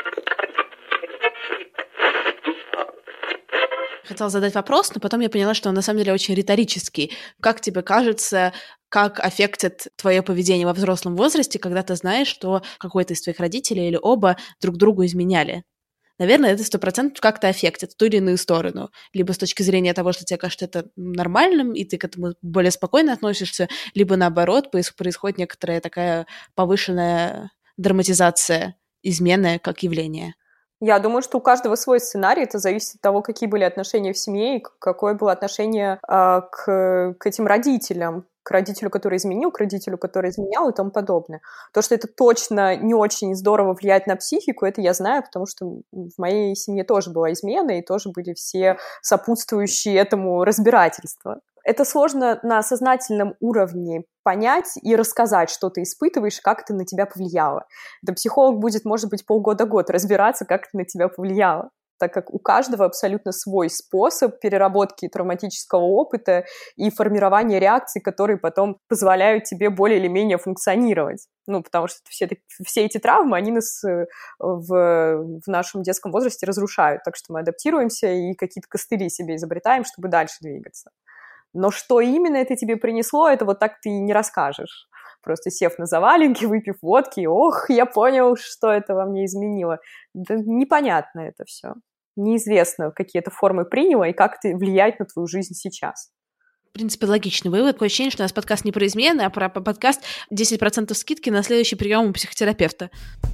Хотела задать вопрос, но потом я поняла, что он на самом деле очень риторический. Как тебе кажется, как аффектит твое поведение во взрослом возрасте, когда ты знаешь, что какой-то из твоих родителей или оба друг другу изменяли? Наверное, это сто процентов как-то аффектит в ту или иную сторону. Либо с точки зрения того, что тебе кажется это нормальным, и ты к этому более спокойно относишься, либо наоборот, происходит некоторая такая повышенная драматизация измены как явления. Я думаю, что у каждого свой сценарий. Это зависит от того, какие были отношения в семье и какое было отношение э, к, к этим родителям. К родителю, который изменил, к родителю, который изменял и тому подобное. То, что это точно не очень здорово влияет на психику, это я знаю, потому что в моей семье тоже была измена, и тоже были все сопутствующие этому разбирательства. Это сложно на сознательном уровне понять и рассказать, что ты испытываешь, как это на тебя повлияло. Да психолог будет, может быть, полгода-год разбираться, как это на тебя повлияло, так как у каждого абсолютно свой способ переработки травматического опыта и формирования реакций, которые потом позволяют тебе более или менее функционировать. Ну, потому что все, все эти травмы, они нас в, в нашем детском возрасте разрушают, так что мы адаптируемся и какие-то костыли себе изобретаем, чтобы дальше двигаться. Но что именно это тебе принесло, это вот так ты и не расскажешь. Просто сев на заваленке, выпив водки, ох, я понял, что это во мне изменило. Да непонятно это все. Неизвестно, какие это формы приняло и как это влияет на твою жизнь сейчас. В принципе, логичный вывод. Такое ощущение, что у нас подкаст не про измены, а про подкаст десять процентов скидки на следующий прием у психотерапевта.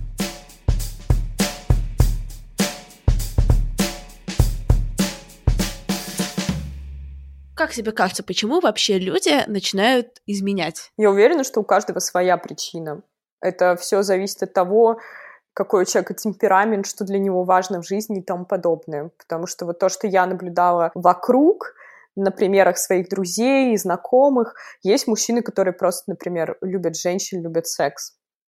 Как тебе кажется, почему вообще люди начинают изменять? Я уверена, что у каждого своя причина. Это все зависит от того, какой у человека темперамент, что для него важно в жизни и тому подобное. Потому что вот то, что я наблюдала вокруг, на примерах своих друзей и знакомых, есть мужчины, которые просто, например, любят женщин, любят секс.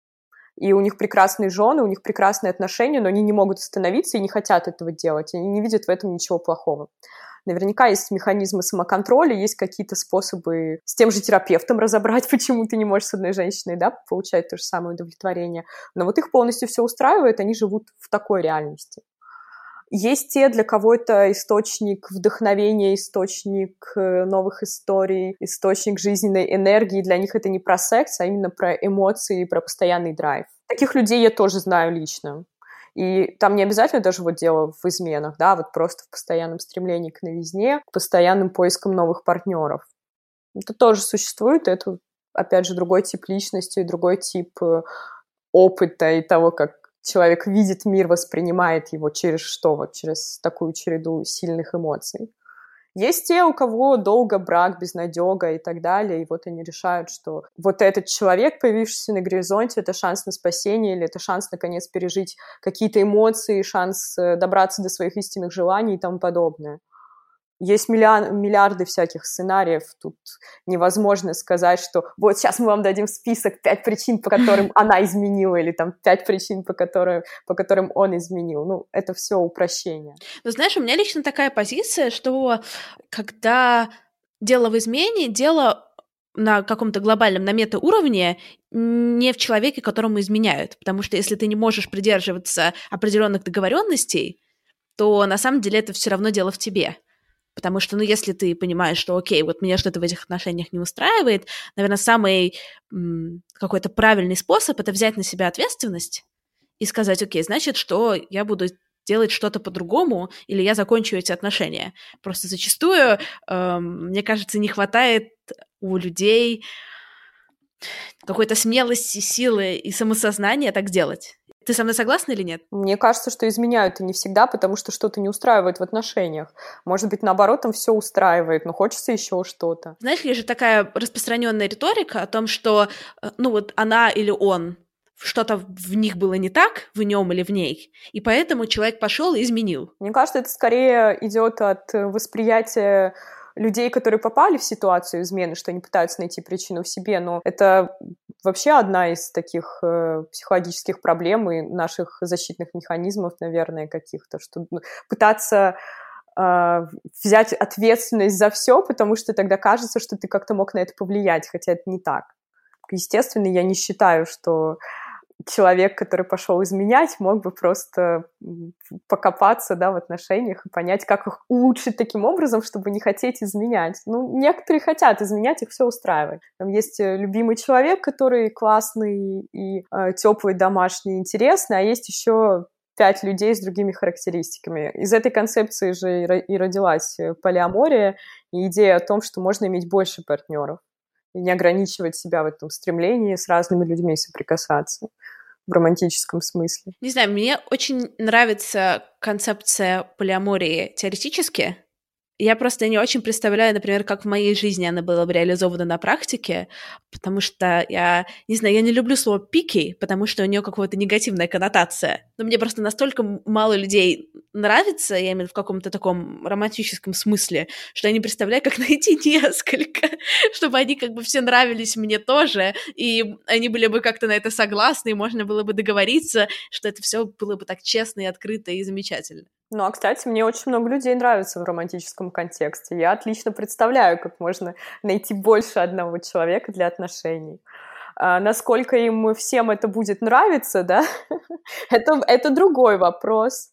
И у них прекрасные жены, у них прекрасные отношения, но они не могут остановиться и не хотят этого делать. Они не видят в этом ничего плохого. Наверняка есть механизмы самоконтроля, есть какие-то способы с тем же терапевтом разобрать, почему ты не можешь с одной женщиной, да, получать то же самое удовлетворение. Но вот их полностью все устраивает, они живут в такой реальности. Есть те, для кого это источник вдохновения, источник новых историй, источник жизненной энергии. Для них это не про секс, а именно про эмоции, про постоянный драйв. Таких людей я тоже знаю лично. И там не обязательно даже вот дело в изменах, да, вот просто в постоянном стремлении к новизне, к постоянным поискам новых партнеров. Это тоже существует, это, опять же, другой тип личности, другой тип опыта и того, как человек видит мир, воспринимает его через что, вот через такую череду сильных эмоций. Есть те, у кого долго брак, безнадега и так далее, и вот они решают, что вот этот человек, появившийся на горизонте, это шанс на спасение или это шанс, наконец, пережить какие-то эмоции, шанс добраться до своих истинных желаний и тому подобное. Есть миллиар- миллиарды всяких сценариев, тут невозможно сказать, что вот сейчас мы вам дадим список пять причин, по которым она изменила, или там пять причин, по которым, по которым он изменил. Ну, это все упрощение. Ну, знаешь, у меня лично такая позиция, что когда дело в измене, дело на каком-то глобальном, на метауровне, не в человеке, которому изменяют. Потому что если ты не можешь придерживаться определенных договоренностей, то на самом деле это все равно дело в тебе. Потому что, ну, если ты понимаешь, что, окей, вот меня что-то в этих отношениях не устраивает, наверное, самый м, какой-то правильный способ — это взять на себя ответственность и сказать, окей, значит, что я буду делать что-то по-другому, или я закончу эти отношения. Просто зачастую, э, мне кажется, не хватает у людей какой-то смелости, силы и самосознания так делать. Ты со мной согласна или нет? Мне кажется, что изменяют и не всегда, потому что что-то не устраивает в отношениях. Может быть, наоборот, там все устраивает, но хочется еще что-то. Знаешь, есть же такая распространенная риторика о том, что, ну вот она или он что-то в них было не так, в нем или в ней, и поэтому человек пошел и изменил. Мне кажется, это скорее идет от восприятия людей, которые попали в ситуацию измены, что они пытаются найти причину в себе, но это вообще одна из таких э, психологических проблем и наших защитных механизмов, наверное, каких-то, что пытаться э, взять ответственность за все, потому что тогда кажется, что ты как-то мог на это повлиять, хотя это не так. Естественно, я не считаю, что человек, который пошел изменять, мог бы просто покопаться, да, в отношениях и понять, как их улучшить таким образом, чтобы не хотеть изменять. Ну, некоторые хотят изменять, их все устраивает. Там есть любимый человек, который классный и э, теплый, домашний, интересный, а есть еще пять людей с другими характеристиками. Из этой концепции же и родилась полиамория и идея о том, что можно иметь больше партнеров и не ограничивать себя в этом стремлении с разными людьми соприкасаться в романтическом смысле. Не знаю, мне очень нравится концепция полиамории теоретически. Я просто не очень представляю, например, как в моей жизни она была бы реализована на практике, потому что я, не знаю, я не люблю слово «пики», потому что у нее какая-то негативная коннотация. Но мне просто настолько мало людей нравится, я имею в виду в каком-то таком романтическом смысле, что я не представляю, как найти несколько, чтобы они как бы все нравились мне тоже, и они были бы как-то на это согласны, и можно было бы договориться, что это все было бы так честно и открыто и замечательно. Ну, а, кстати, мне очень много людей нравится в романтическом контексте. Я отлично представляю, как можно найти больше одного человека для отношений. А насколько им всем это будет нравиться, да, это, это другой вопрос.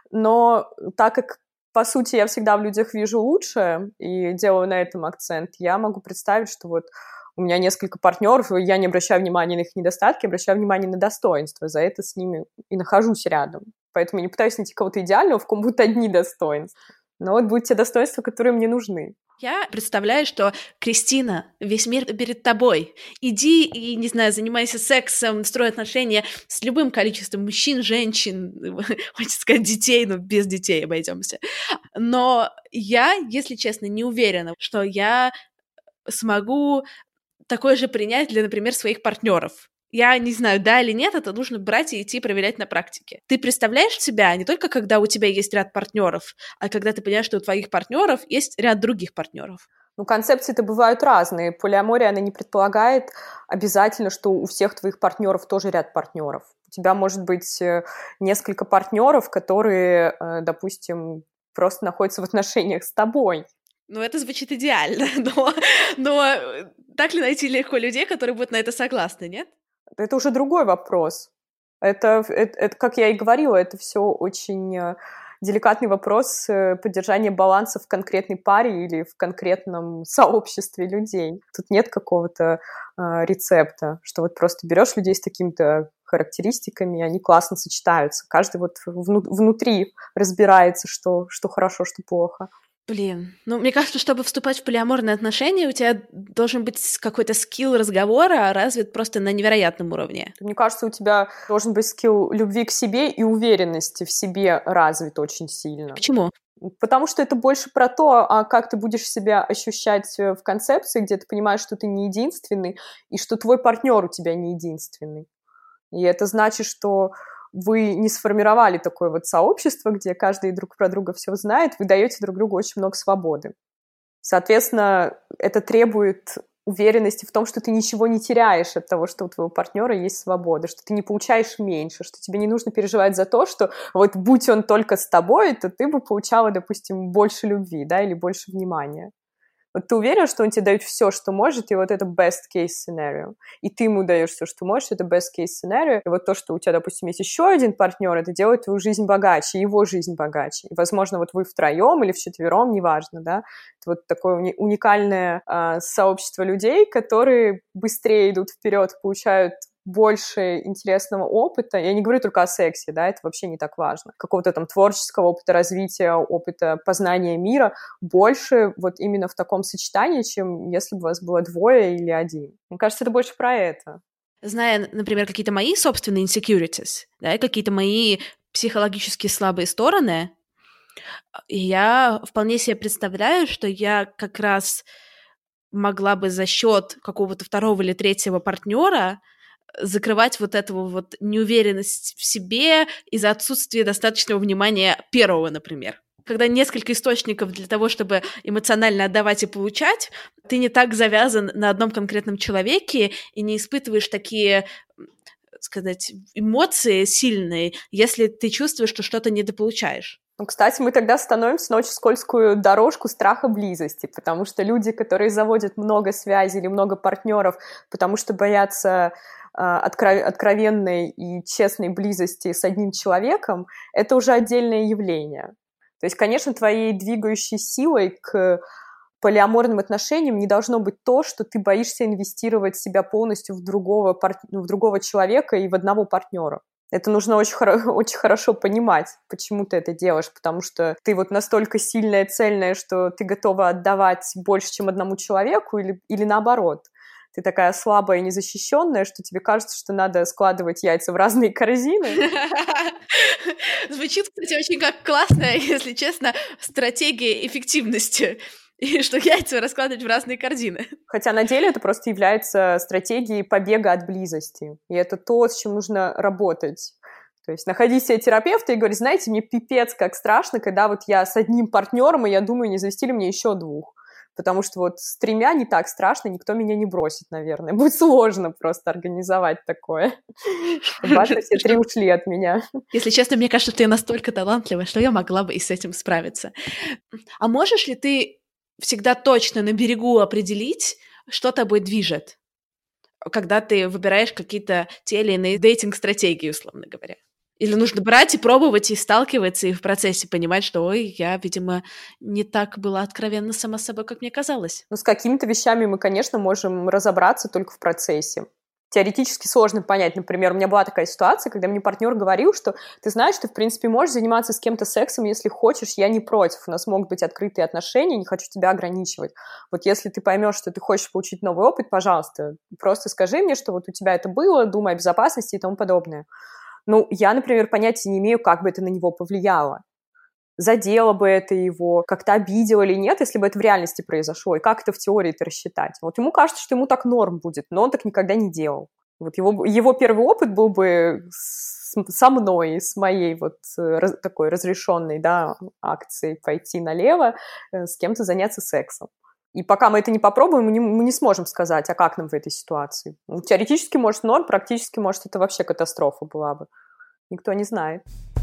Но так как, по сути, я всегда в людях вижу лучшее и делаю на этом акцент, я могу представить, что вот у меня несколько партнеров, и я не обращаю внимания на их недостатки, обращаю внимание на достоинства. За это с ними и нахожусь рядом. Поэтому я не пытаюсь найти кого-то идеального, в ком будут одни достоинства. Но вот будут те достоинства, которые мне нужны. Я представляю, что, Кристина, весь мир перед тобой. Иди и, не знаю, занимайся сексом, строй отношения с любым количеством мужчин, женщин, хочется сказать, детей, но без детей обойдемся. Но я, если честно, не уверена, что я смогу такое же принять для, например, своих партнеров. Я не знаю, да или нет, это нужно брать и идти проверять на практике. Ты представляешь себя не только когда у тебя есть ряд партнеров, а когда ты понимаешь, что у твоих партнеров есть ряд других партнеров. Ну, концепции-то бывают разные. Полиамория, она не предполагает обязательно, что у всех твоих партнеров тоже ряд партнеров. У тебя может быть несколько партнеров, которые, допустим, просто находятся в отношениях с тобой. Ну, это звучит идеально, но, но так ли найти легко людей, которые будут на это согласны, нет? Это уже другой вопрос. Это, это, это, как я и говорила, это все очень деликатный вопрос поддержания баланса в конкретной паре или в конкретном сообществе людей. Тут нет какого-то э, рецепта, что вот просто берешь людей с такими-то характеристиками, и они классно сочетаются. Каждый вот вну, внутри разбирается, что, что хорошо, что плохо. Блин, ну, мне кажется, чтобы вступать в полиаморные отношения, у тебя должен быть какой-то скилл разговора развит просто на невероятном уровне. Мне кажется, у тебя должен быть скилл любви к себе и уверенности в себе развит очень сильно. Почему? Потому что это больше про то, а как ты будешь себя ощущать в концепции, где ты понимаешь, что ты не единственный, и что твой партнер у тебя не единственный. И это значит, что вы не сформировали такое вот сообщество, где каждый друг про друга все знает, вы даете друг другу очень много свободы. Соответственно, это требует уверенности в том, что ты ничего не теряешь от того, что у твоего партнера есть свобода, что ты не получаешь меньше, что тебе не нужно переживать за то, что вот будь он только с тобой, то ты бы получала, допустим, больше любви, да, или больше внимания. Вот ты уверен, что он тебе дает все, что может, и вот это best case scenario. И ты ему даешь все, что можешь, это best case scenario. И вот то, что у тебя, допустим, есть еще один партнер, это делает твою жизнь богаче, его жизнь богаче. И, возможно, вот вы втроем или вчетвером, неважно, да, это вот такое уни- уникальное э, сообщество людей, которые быстрее идут вперед, получают больше интересного опыта. Я не говорю только о сексе, да, это вообще не так важно. Какого-то там творческого опыта развития, опыта познания мира больше вот именно в таком сочетании, чем если бы у вас было двое или один. Мне кажется, это больше про это. Зная, например, какие-то мои собственные insecurities, да, какие-то мои психологически слабые стороны, я вполне себе представляю, что я как раз могла бы за счет какого-то второго или третьего партнера закрывать вот эту вот неуверенность в себе из-за отсутствия достаточного внимания первого, например. Когда несколько источников для того, чтобы эмоционально отдавать и получать, ты не так завязан на одном конкретном человеке и не испытываешь такие, сказать, эмоции сильные, если ты чувствуешь, что что-то недополучаешь. Ну, кстати, мы тогда становимся на очень скользкую дорожку страха близости, потому что люди, которые заводят много связей или много партнеров, потому что боятся э, откро- откровенной и честной близости с одним человеком, это уже отдельное явление. То есть, конечно, твоей двигающей силой к полиаморным отношениям не должно быть то, что ты боишься инвестировать себя полностью в другого, пар... в другого человека и в одного партнера. Это нужно очень, хоро... очень хорошо понимать, почему ты это делаешь, потому что ты вот настолько сильная, цельная, что ты готова отдавать больше, чем одному человеку, или, или наоборот. Ты такая слабая и незащищенная, что тебе кажется, что надо складывать яйца в разные корзины. Звучит, кстати, очень как классная, если честно, стратегия эффективности. И что яйца раскладывать в разные корзины. Хотя на деле это просто является стратегией побега от близости. И это то, с чем нужно работать. То есть находить себе терапевта и говорить, знаете, мне пипец как страшно, когда вот я с одним партнером, и я думаю, не завести ли мне еще двух. Потому что вот с тремя не так страшно, никто меня не бросит, наверное. Будет сложно просто организовать такое. Бац, все три ушли от меня. Если честно, мне кажется, ты настолько талантлива, что я могла бы и с этим справиться. А можешь ли ты всегда точно на берегу определить, что тобой движет, когда ты выбираешь какие-то те или иные дейтинг-стратегии, условно говоря? Или нужно брать и пробовать, и сталкиваться, и в процессе понимать, что, ой, я, видимо, не так была откровенна сама с собой, как мне казалось. Ну, с какими-то вещами мы, конечно, можем разобраться только в процессе. Теоретически сложно понять. Например, у меня была такая ситуация, когда мне партнер говорил, что ты знаешь, ты, в принципе, можешь заниматься с кем-то сексом, если хочешь, я не против. У нас могут быть открытые отношения, не хочу тебя ограничивать. Вот если ты поймешь, что ты хочешь получить новый опыт, пожалуйста, просто скажи мне, что вот у тебя это было, думай о безопасности и тому подобное. Ну, я, например, понятия не имею, как бы это на него повлияло. Задело бы это его, как-то обидело или нет, если бы это в реальности произошло, и как это в теории-то рассчитать. Вот ему кажется, что ему так норм будет, но он так никогда не делал. Вот его, его первый опыт был бы с, со мной, с моей вот раз, такой разрешенной, да, акцией пойти налево, э, с кем-то заняться сексом. И пока мы это не попробуем, мы не, мы не сможем сказать, а как нам в этой ситуации. Ну, теоретически, может, норм, практически, может, это вообще катастрофа была бы. Никто не знает.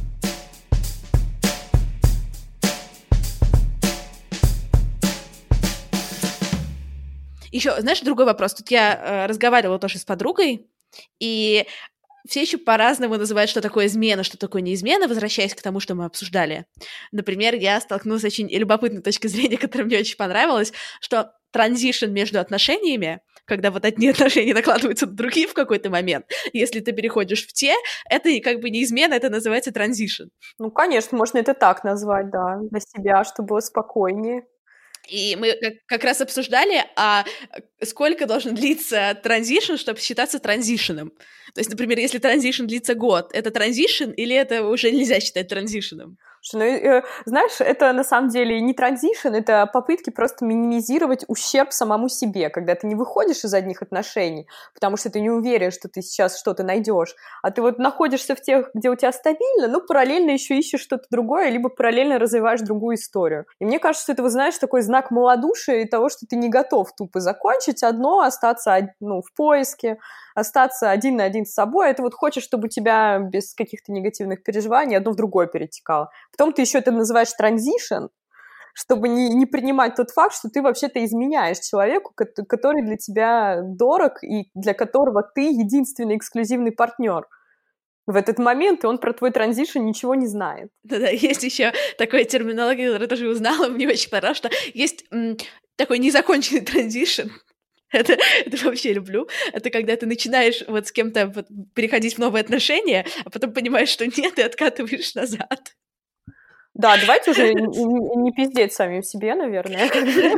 Еще, знаешь, другой вопрос. Тут я э, разговаривала тоже с подругой, и все еще по-разному называют, что такое измена, что такое неизмена, возвращаясь к тому, что мы обсуждали. Например, я столкнулась с очень любопытной точкой зрения, которая мне очень понравилась, что транзишн между отношениями, когда вот одни отношения накладываются на другие в какой-то момент, если ты переходишь в те, это как бы не измена, это называется транзишн. Ну, конечно, можно это так назвать, да, для себя, чтобы было спокойнее. И мы как, как раз обсуждали, а сколько должен длиться транзишн, чтобы считаться транзишеном. То есть, например, если транзишн длится год, это транзишн или это уже нельзя считать транзишном? Ну, э, знаешь, это на самом деле не транзишн, это попытки просто минимизировать ущерб самому себе, когда ты не выходишь из одних отношений, потому что ты не уверен, что ты сейчас что-то найдешь, а ты вот находишься в тех, где у тебя стабильно, но параллельно еще ищешь что-то другое, либо параллельно развиваешь другую историю. И мне кажется, что это, вы знаешь, такой знак малодушия и того, что ты не готов тупо закончить одно, остаться, ну, в поиске, остаться один на один с собой. Это вот хочешь, чтобы у тебя без каких-то негативных переживаний одно в другое перетекало. Потом ты еще это называешь транзишн, чтобы не, не принимать тот факт, что ты вообще-то изменяешь человеку, который для тебя дорог и для которого ты единственный эксклюзивный партнер. В этот момент, и он про твой транзишн ничего не знает. Да-да, есть еще такая терминология, которую я тоже узнала, мне очень понравилось, что есть м, такой незаконченный транзишн. Это, это вообще люблю. Это когда ты начинаешь вот с кем-то вот переходить в новые отношения, а потом понимаешь, что нет, и откатываешь назад. Да, давайте уже не, не пиздеть самим себе, наверное.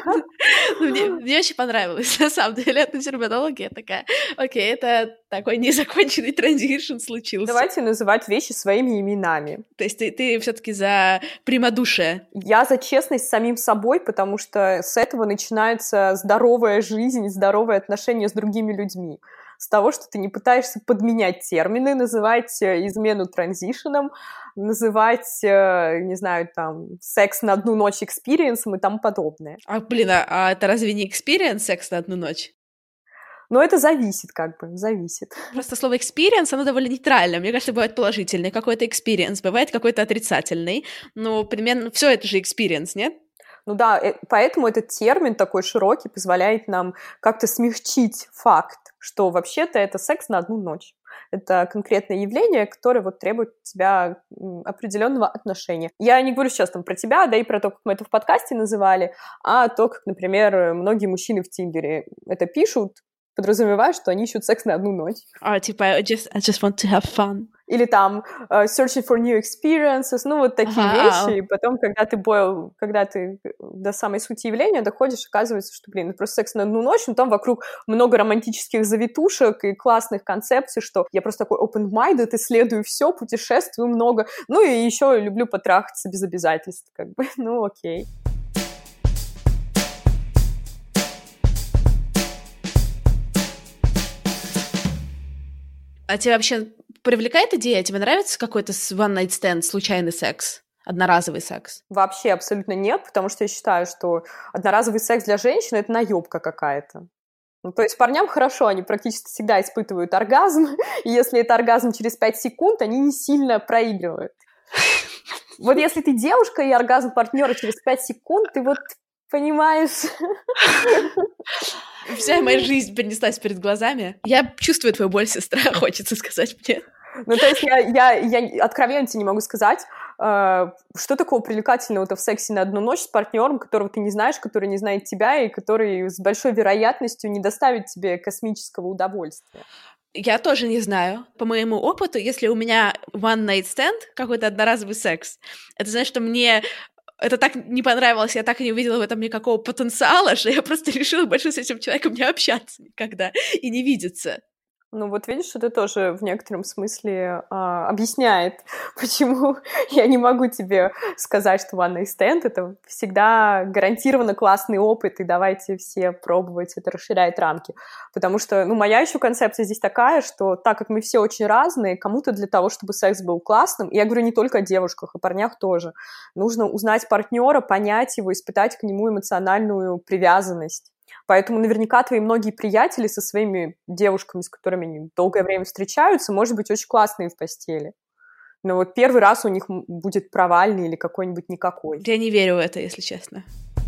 Мне, мне очень понравилось, на самом деле, эта терминология такая. Окей, это такой незаконченный транзишн случился. Давайте называть вещи своими именами. То есть ты, ты все-таки за прямодушие? Я за честность с самим собой, потому что с этого начинается здоровая жизнь, здоровые отношения с другими людьми. с того, что ты не пытаешься подменять термины, называть измену транзишеном, называть, не знаю, там, секс на одну ночь экспириенсом и тому подобное. А, блин, а, а это разве не экспириенс, секс на одну ночь? Но это зависит, как бы, зависит. Просто слово experience, оно довольно нейтральное. Мне кажется, бывает положительный какой-то experience, бывает какой-то отрицательный. Ну, примерно все это же experience, нет? Ну да, поэтому этот термин такой широкий позволяет нам как-то смягчить факт, что вообще-то это секс на одну ночь. Это конкретное явление, которое вот требует от тебя определенного отношения. Я не говорю сейчас там про тебя, да и про то, как мы это в подкасте называли, а то, как, например, многие мужчины в Тиндере это пишут, подразумевая, что они ищут секс на одну ночь. А, типа, I just, I just want to have fun. Или там uh, searching for new experiences, ну, вот такие ага. вещи. И потом, когда ты boil, когда ты до самой сути явления доходишь, оказывается, что, блин, это просто секс на одну ночь, но там вокруг много романтических завитушек и классных концепций, что я просто такой open-minded, исследую все, путешествую много. Ну, и еще люблю потрахаться без обязательств, как бы, ну, окей. А тебя вообще привлекает идея? Тебе нравится какой-то one-night stand, случайный секс? Одноразовый секс? Вообще абсолютно нет, потому что я считаю, что одноразовый секс для женщины — это наебка какая-то. Ну, то есть парням хорошо, они практически всегда испытывают оргазм, и если это оргазм через пять секунд, они не сильно проигрывают. Вот если ты девушка, и оргазм партнера через пять секунд, ты вот понимаешь... Вся моя жизнь принеслась перед глазами. Я чувствую твою боль, сестра, хочется сказать мне. Ну, то есть я, я, я откровенно тебе не могу сказать, э, что такого привлекательного-то в сексе на одну ночь с партнером, которого ты не знаешь, который не знает тебя и который с большой вероятностью не доставит тебе космического удовольствия. Я тоже не знаю. По моему опыту, если у меня one night stand, какой-то одноразовый секс, это значит, что мне... Это так не понравилось, я так и не увидела в этом никакого потенциала, что я просто решила больше с этим человеком не общаться никогда и не видеться. Ну вот видишь, это тоже в некотором смысле а, объясняет, почему я не могу тебе сказать, что one night stand — это всегда гарантированно классный опыт, и давайте все пробовать, это расширяет рамки. Потому что, ну, моя еще концепция здесь такая, что так как мы все очень разные, кому-то для того, чтобы секс был классным, и я говорю не только о девушках, о парнях тоже, нужно узнать партнера, понять его, испытать к нему эмоциональную привязанность. Поэтому наверняка твои многие приятели со своими девушками, с которыми они долгое время встречаются, может быть, очень классные в постели. Но вот первый раз у них будет провальный или какой-нибудь никакой. Я не верю в это, если честно.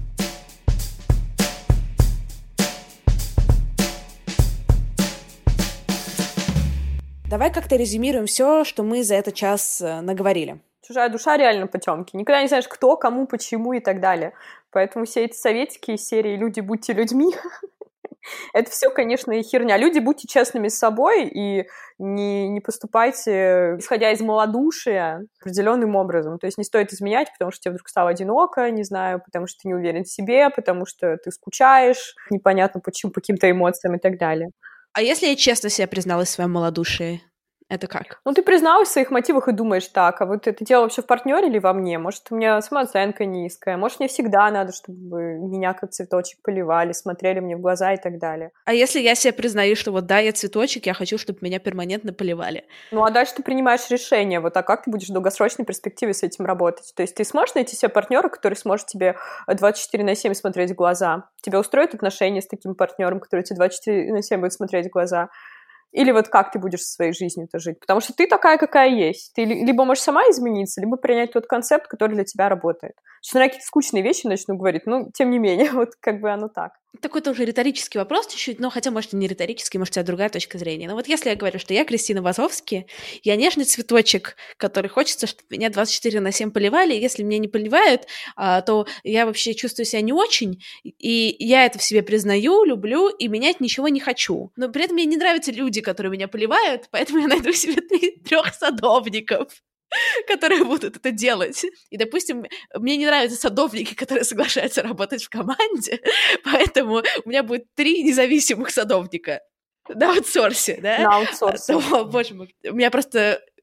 Давай как-то резюмируем все, что мы за этот час наговорили. Чужая душа реально потемки. Никогда не знаешь, кто, кому, почему и так далее. Поэтому все эти советики из серии «Люди, будьте людьми» это все, конечно, херня. Люди, будьте честными с собой и не, не поступайте, исходя из малодушия, определенным образом. То есть не стоит изменять, потому что тебе вдруг стало одиноко, не знаю, потому что ты не уверен в себе, потому что ты скучаешь, непонятно почему, по каким-то эмоциям и так далее. А если я честно себе призналась в своем малодушии? Это как? Ну, ты призналась в своих мотивах и думаешь так, а вот это дело вообще в партнере или во мне? Может, у меня самооценка низкая? Может, мне всегда надо, чтобы меня как цветочек поливали, смотрели мне в глаза и так далее? А если я себе признаю, что вот да, я цветочек, я хочу, чтобы меня перманентно поливали? Ну, а дальше ты принимаешь решение, вот, а как ты будешь в долгосрочной перспективе с этим работать? То есть ты сможешь найти себе партнера, который сможет тебе двадцать четыре на семь смотреть в глаза? Тебя устроит отношения с таким партнером, который тебе двадцать четыре на семь будет смотреть в глаза? Или вот как ты будешь со своей жизнью-то жить? Потому что ты такая, какая есть. Ты либо можешь сама измениться, либо принять тот концепт, который для тебя работает. Сейчас я какие-то скучные вещи начну говорить, но тем не менее, вот как бы оно так. Такой тоже риторический вопрос чуть-чуть, но хотя, может, и не риторический, может, у тебя другая точка зрения. Но вот если я говорю, что я Кристина Вазовский, я нежный цветочек, который хочется, чтобы меня двадцать четыре на семь поливали, и если меня не поливают, то я вообще чувствую себя не очень, и я это в себе признаю, люблю, и менять ничего не хочу. Но при этом мне не нравятся люди, которые меня поливают, поэтому я найду себе трех садовников, которые будут это делать. И, допустим, мне не нравятся садовники, которые соглашаются работать в команде, поэтому у меня будет три независимых садовника на аутсорсе, да? На аутсорсе. О, боже мой. У меня просто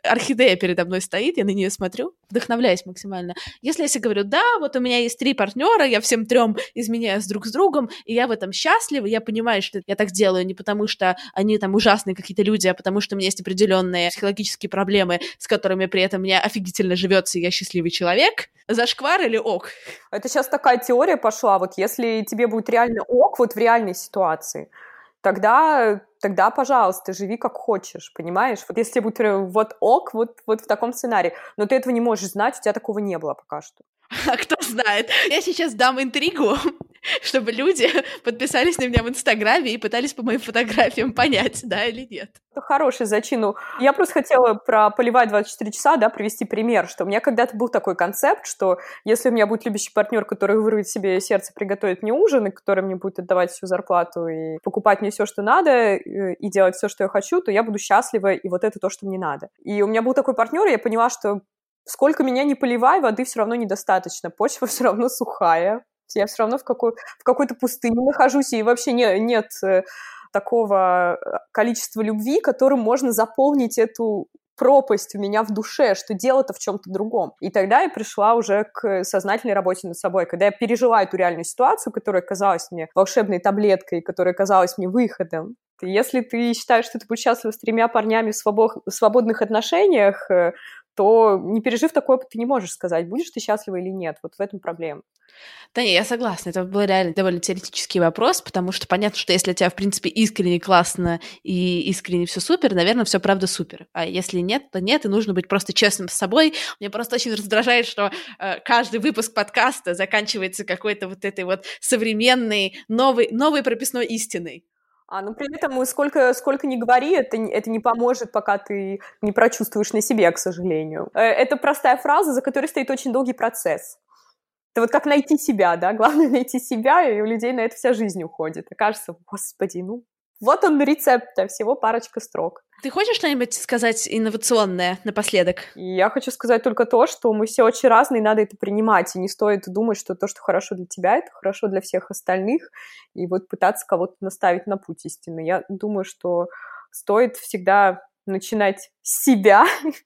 орхидея передо мной стоит, я на нее смотрю, вдохновляюсь максимально. Если я себе говорю, да, вот у меня есть три партнера, я всем трем изменяюсь друг с другом, и я в этом счастлива, я понимаю, что я так делаю не потому, что они там ужасные какие-то люди, а потому что у меня есть определенные психологические проблемы, с которыми при этом мне офигительно живется, и я счастливый человек. Зашквар или ок? Это сейчас такая теория пошла, вот если тебе будет реально ок, вот в реальной ситуации, тогда, тогда, пожалуйста, живи как хочешь, понимаешь? Вот если тебе будет вот ок, вот, вот в таком сценарии, но ты этого не можешь знать, у тебя такого не было пока что. А кто знает? Я сейчас дам интригу, чтобы люди подписались на меня в Инстаграме и пытались по моим фотографиям понять, да или нет. Это хороший зачин. Ну, я просто хотела про поливать двадцать четыре часа, да, привести пример, что у меня когда-то был такой концепт, что если у меня будет любящий партнер, который вырвет себе сердце, приготовит мне ужин, и который мне будет отдавать всю зарплату и покупать мне все, что надо, и делать все, что я хочу, то я буду счастлива, и вот это то, что мне надо. И у меня был такой партнер, и я поняла, что сколько меня не поливай, воды все равно недостаточно, почва все равно сухая, я все равно в, какой, в какой-то пустыне нахожусь, и вообще не, нет такого количества любви, которым можно заполнить эту пропасть у меня в душе, что дело-то в чем-то другом. И тогда я пришла уже к сознательной работе над собой, когда я пережила эту реальную ситуацию, которая казалась мне волшебной таблеткой, которая казалась мне выходом. И если ты считаешь, что ты будешь счастлива с тремя парнями в, свобод... в свободных отношениях, то, не пережив такой опыт, ты не можешь сказать, будешь ты счастлива или нет. Вот в этом проблема. Да не, я согласна. Это был реально довольно теоретический вопрос, потому что понятно, что если у тебя, в принципе, искренне классно и искренне все супер, наверное, все правда супер. А если нет, то нет, и нужно быть просто честным с собой. Мне просто очень раздражает, что э, каждый выпуск подкаста заканчивается какой-то вот этой вот современной, новой, новой прописной истиной. А, ну, при этом сколько, сколько ни говори, это, это не поможет, пока ты не прочувствуешь на себе, к сожалению. Это простая фраза, за которой стоит очень долгий процесс. Это вот как найти себя, да? Главное найти себя, и у людей на это вся жизнь уходит. И кажется, господи, ну, вот он рецепт, а всего парочка строк. Ты хочешь что-нибудь сказать инновационное напоследок? И я хочу сказать только то, что мы все очень разные, надо это принимать, и не стоит думать, что то, что хорошо для тебя, это хорошо для всех остальных, и вот пытаться кого-то наставить на путь истины. Я думаю, что стоит всегда начинать с себя,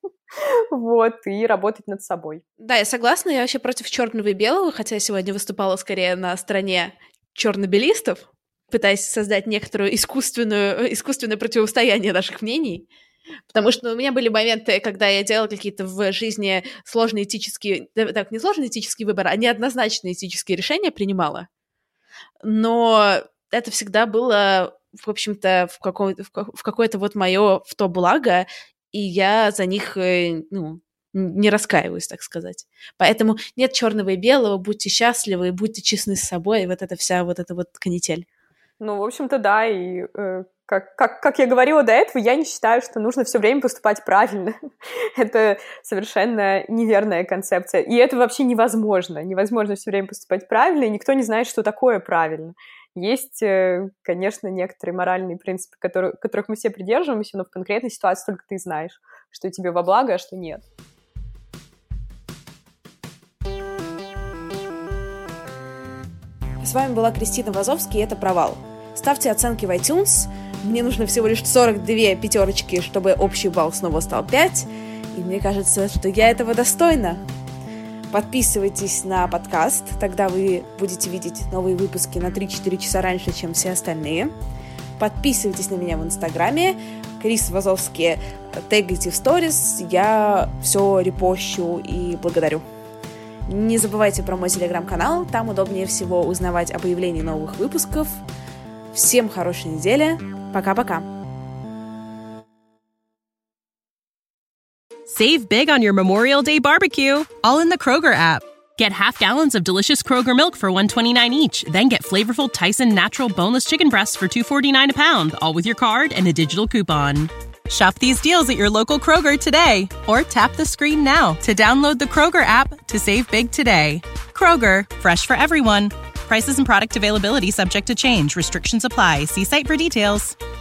вот, и работать над собой. Да, я согласна, я вообще против черного и белого, хотя я сегодня выступала скорее на стороне черно-белистов, пытаясь создать некоторую искусственную, искусственное противостояние наших мнений. Потому что у меня были моменты, когда я делала какие-то в жизни сложные этические... Так, не сложный этический выбор, а неоднозначные этические решения принимала. Но это всегда было, в общем-то, в, каком- в какое-то вот мое в то благо, и я за них, ну, не раскаиваюсь, так сказать. Поэтому нет черного и белого, будьте счастливы, будьте честны с собой, и вот эта вся вот эта вот канитель. Ну, в общем-то, да, и э, как, как, как я говорила до этого, я не считаю, что нужно все время поступать правильно. Это совершенно неверная концепция. И это вообще невозможно. Невозможно все время поступать правильно, и никто не знает, что такое правильно. Есть, э, конечно, некоторые моральные принципы, которые, которых мы все придерживаемся, но в конкретной ситуации только ты знаешь, что тебе во благо, а что нет. С вами была Кристина Вазовский, и это «Провал». Ставьте оценки в iTunes. Мне нужно всего лишь сорок две пятерочки, чтобы общий балл снова стал пять. И мне кажется, что я этого достойна. Подписывайтесь на подкаст, тогда вы будете видеть новые выпуски на три-четыре часа раньше, чем все остальные. Подписывайтесь на меня в Инстаграме. Крис Вазовский, тегайте в сторис. Я все репощу и благодарю. Не забывайте про мой телеграм-канал, там удобнее всего узнавать о появлении новых выпусков. Всем хорошей недели, пока-пока. Save big on your Memorial Day barbecue, all in the Kroger app. Get half gallons of delicious Kroger milk for one dollar and twenty-nine cents each. Then get flavorful Tyson natural boneless chicken breasts for two dollars and forty-nine cents a pound, all with your card and a digital coupon. Shop these deals at your local Kroger today, or tap the screen now to download the Kroger app to save big today. Kroger, fresh for everyone. Prices and product availability subject to change. Restrictions apply. See site for details.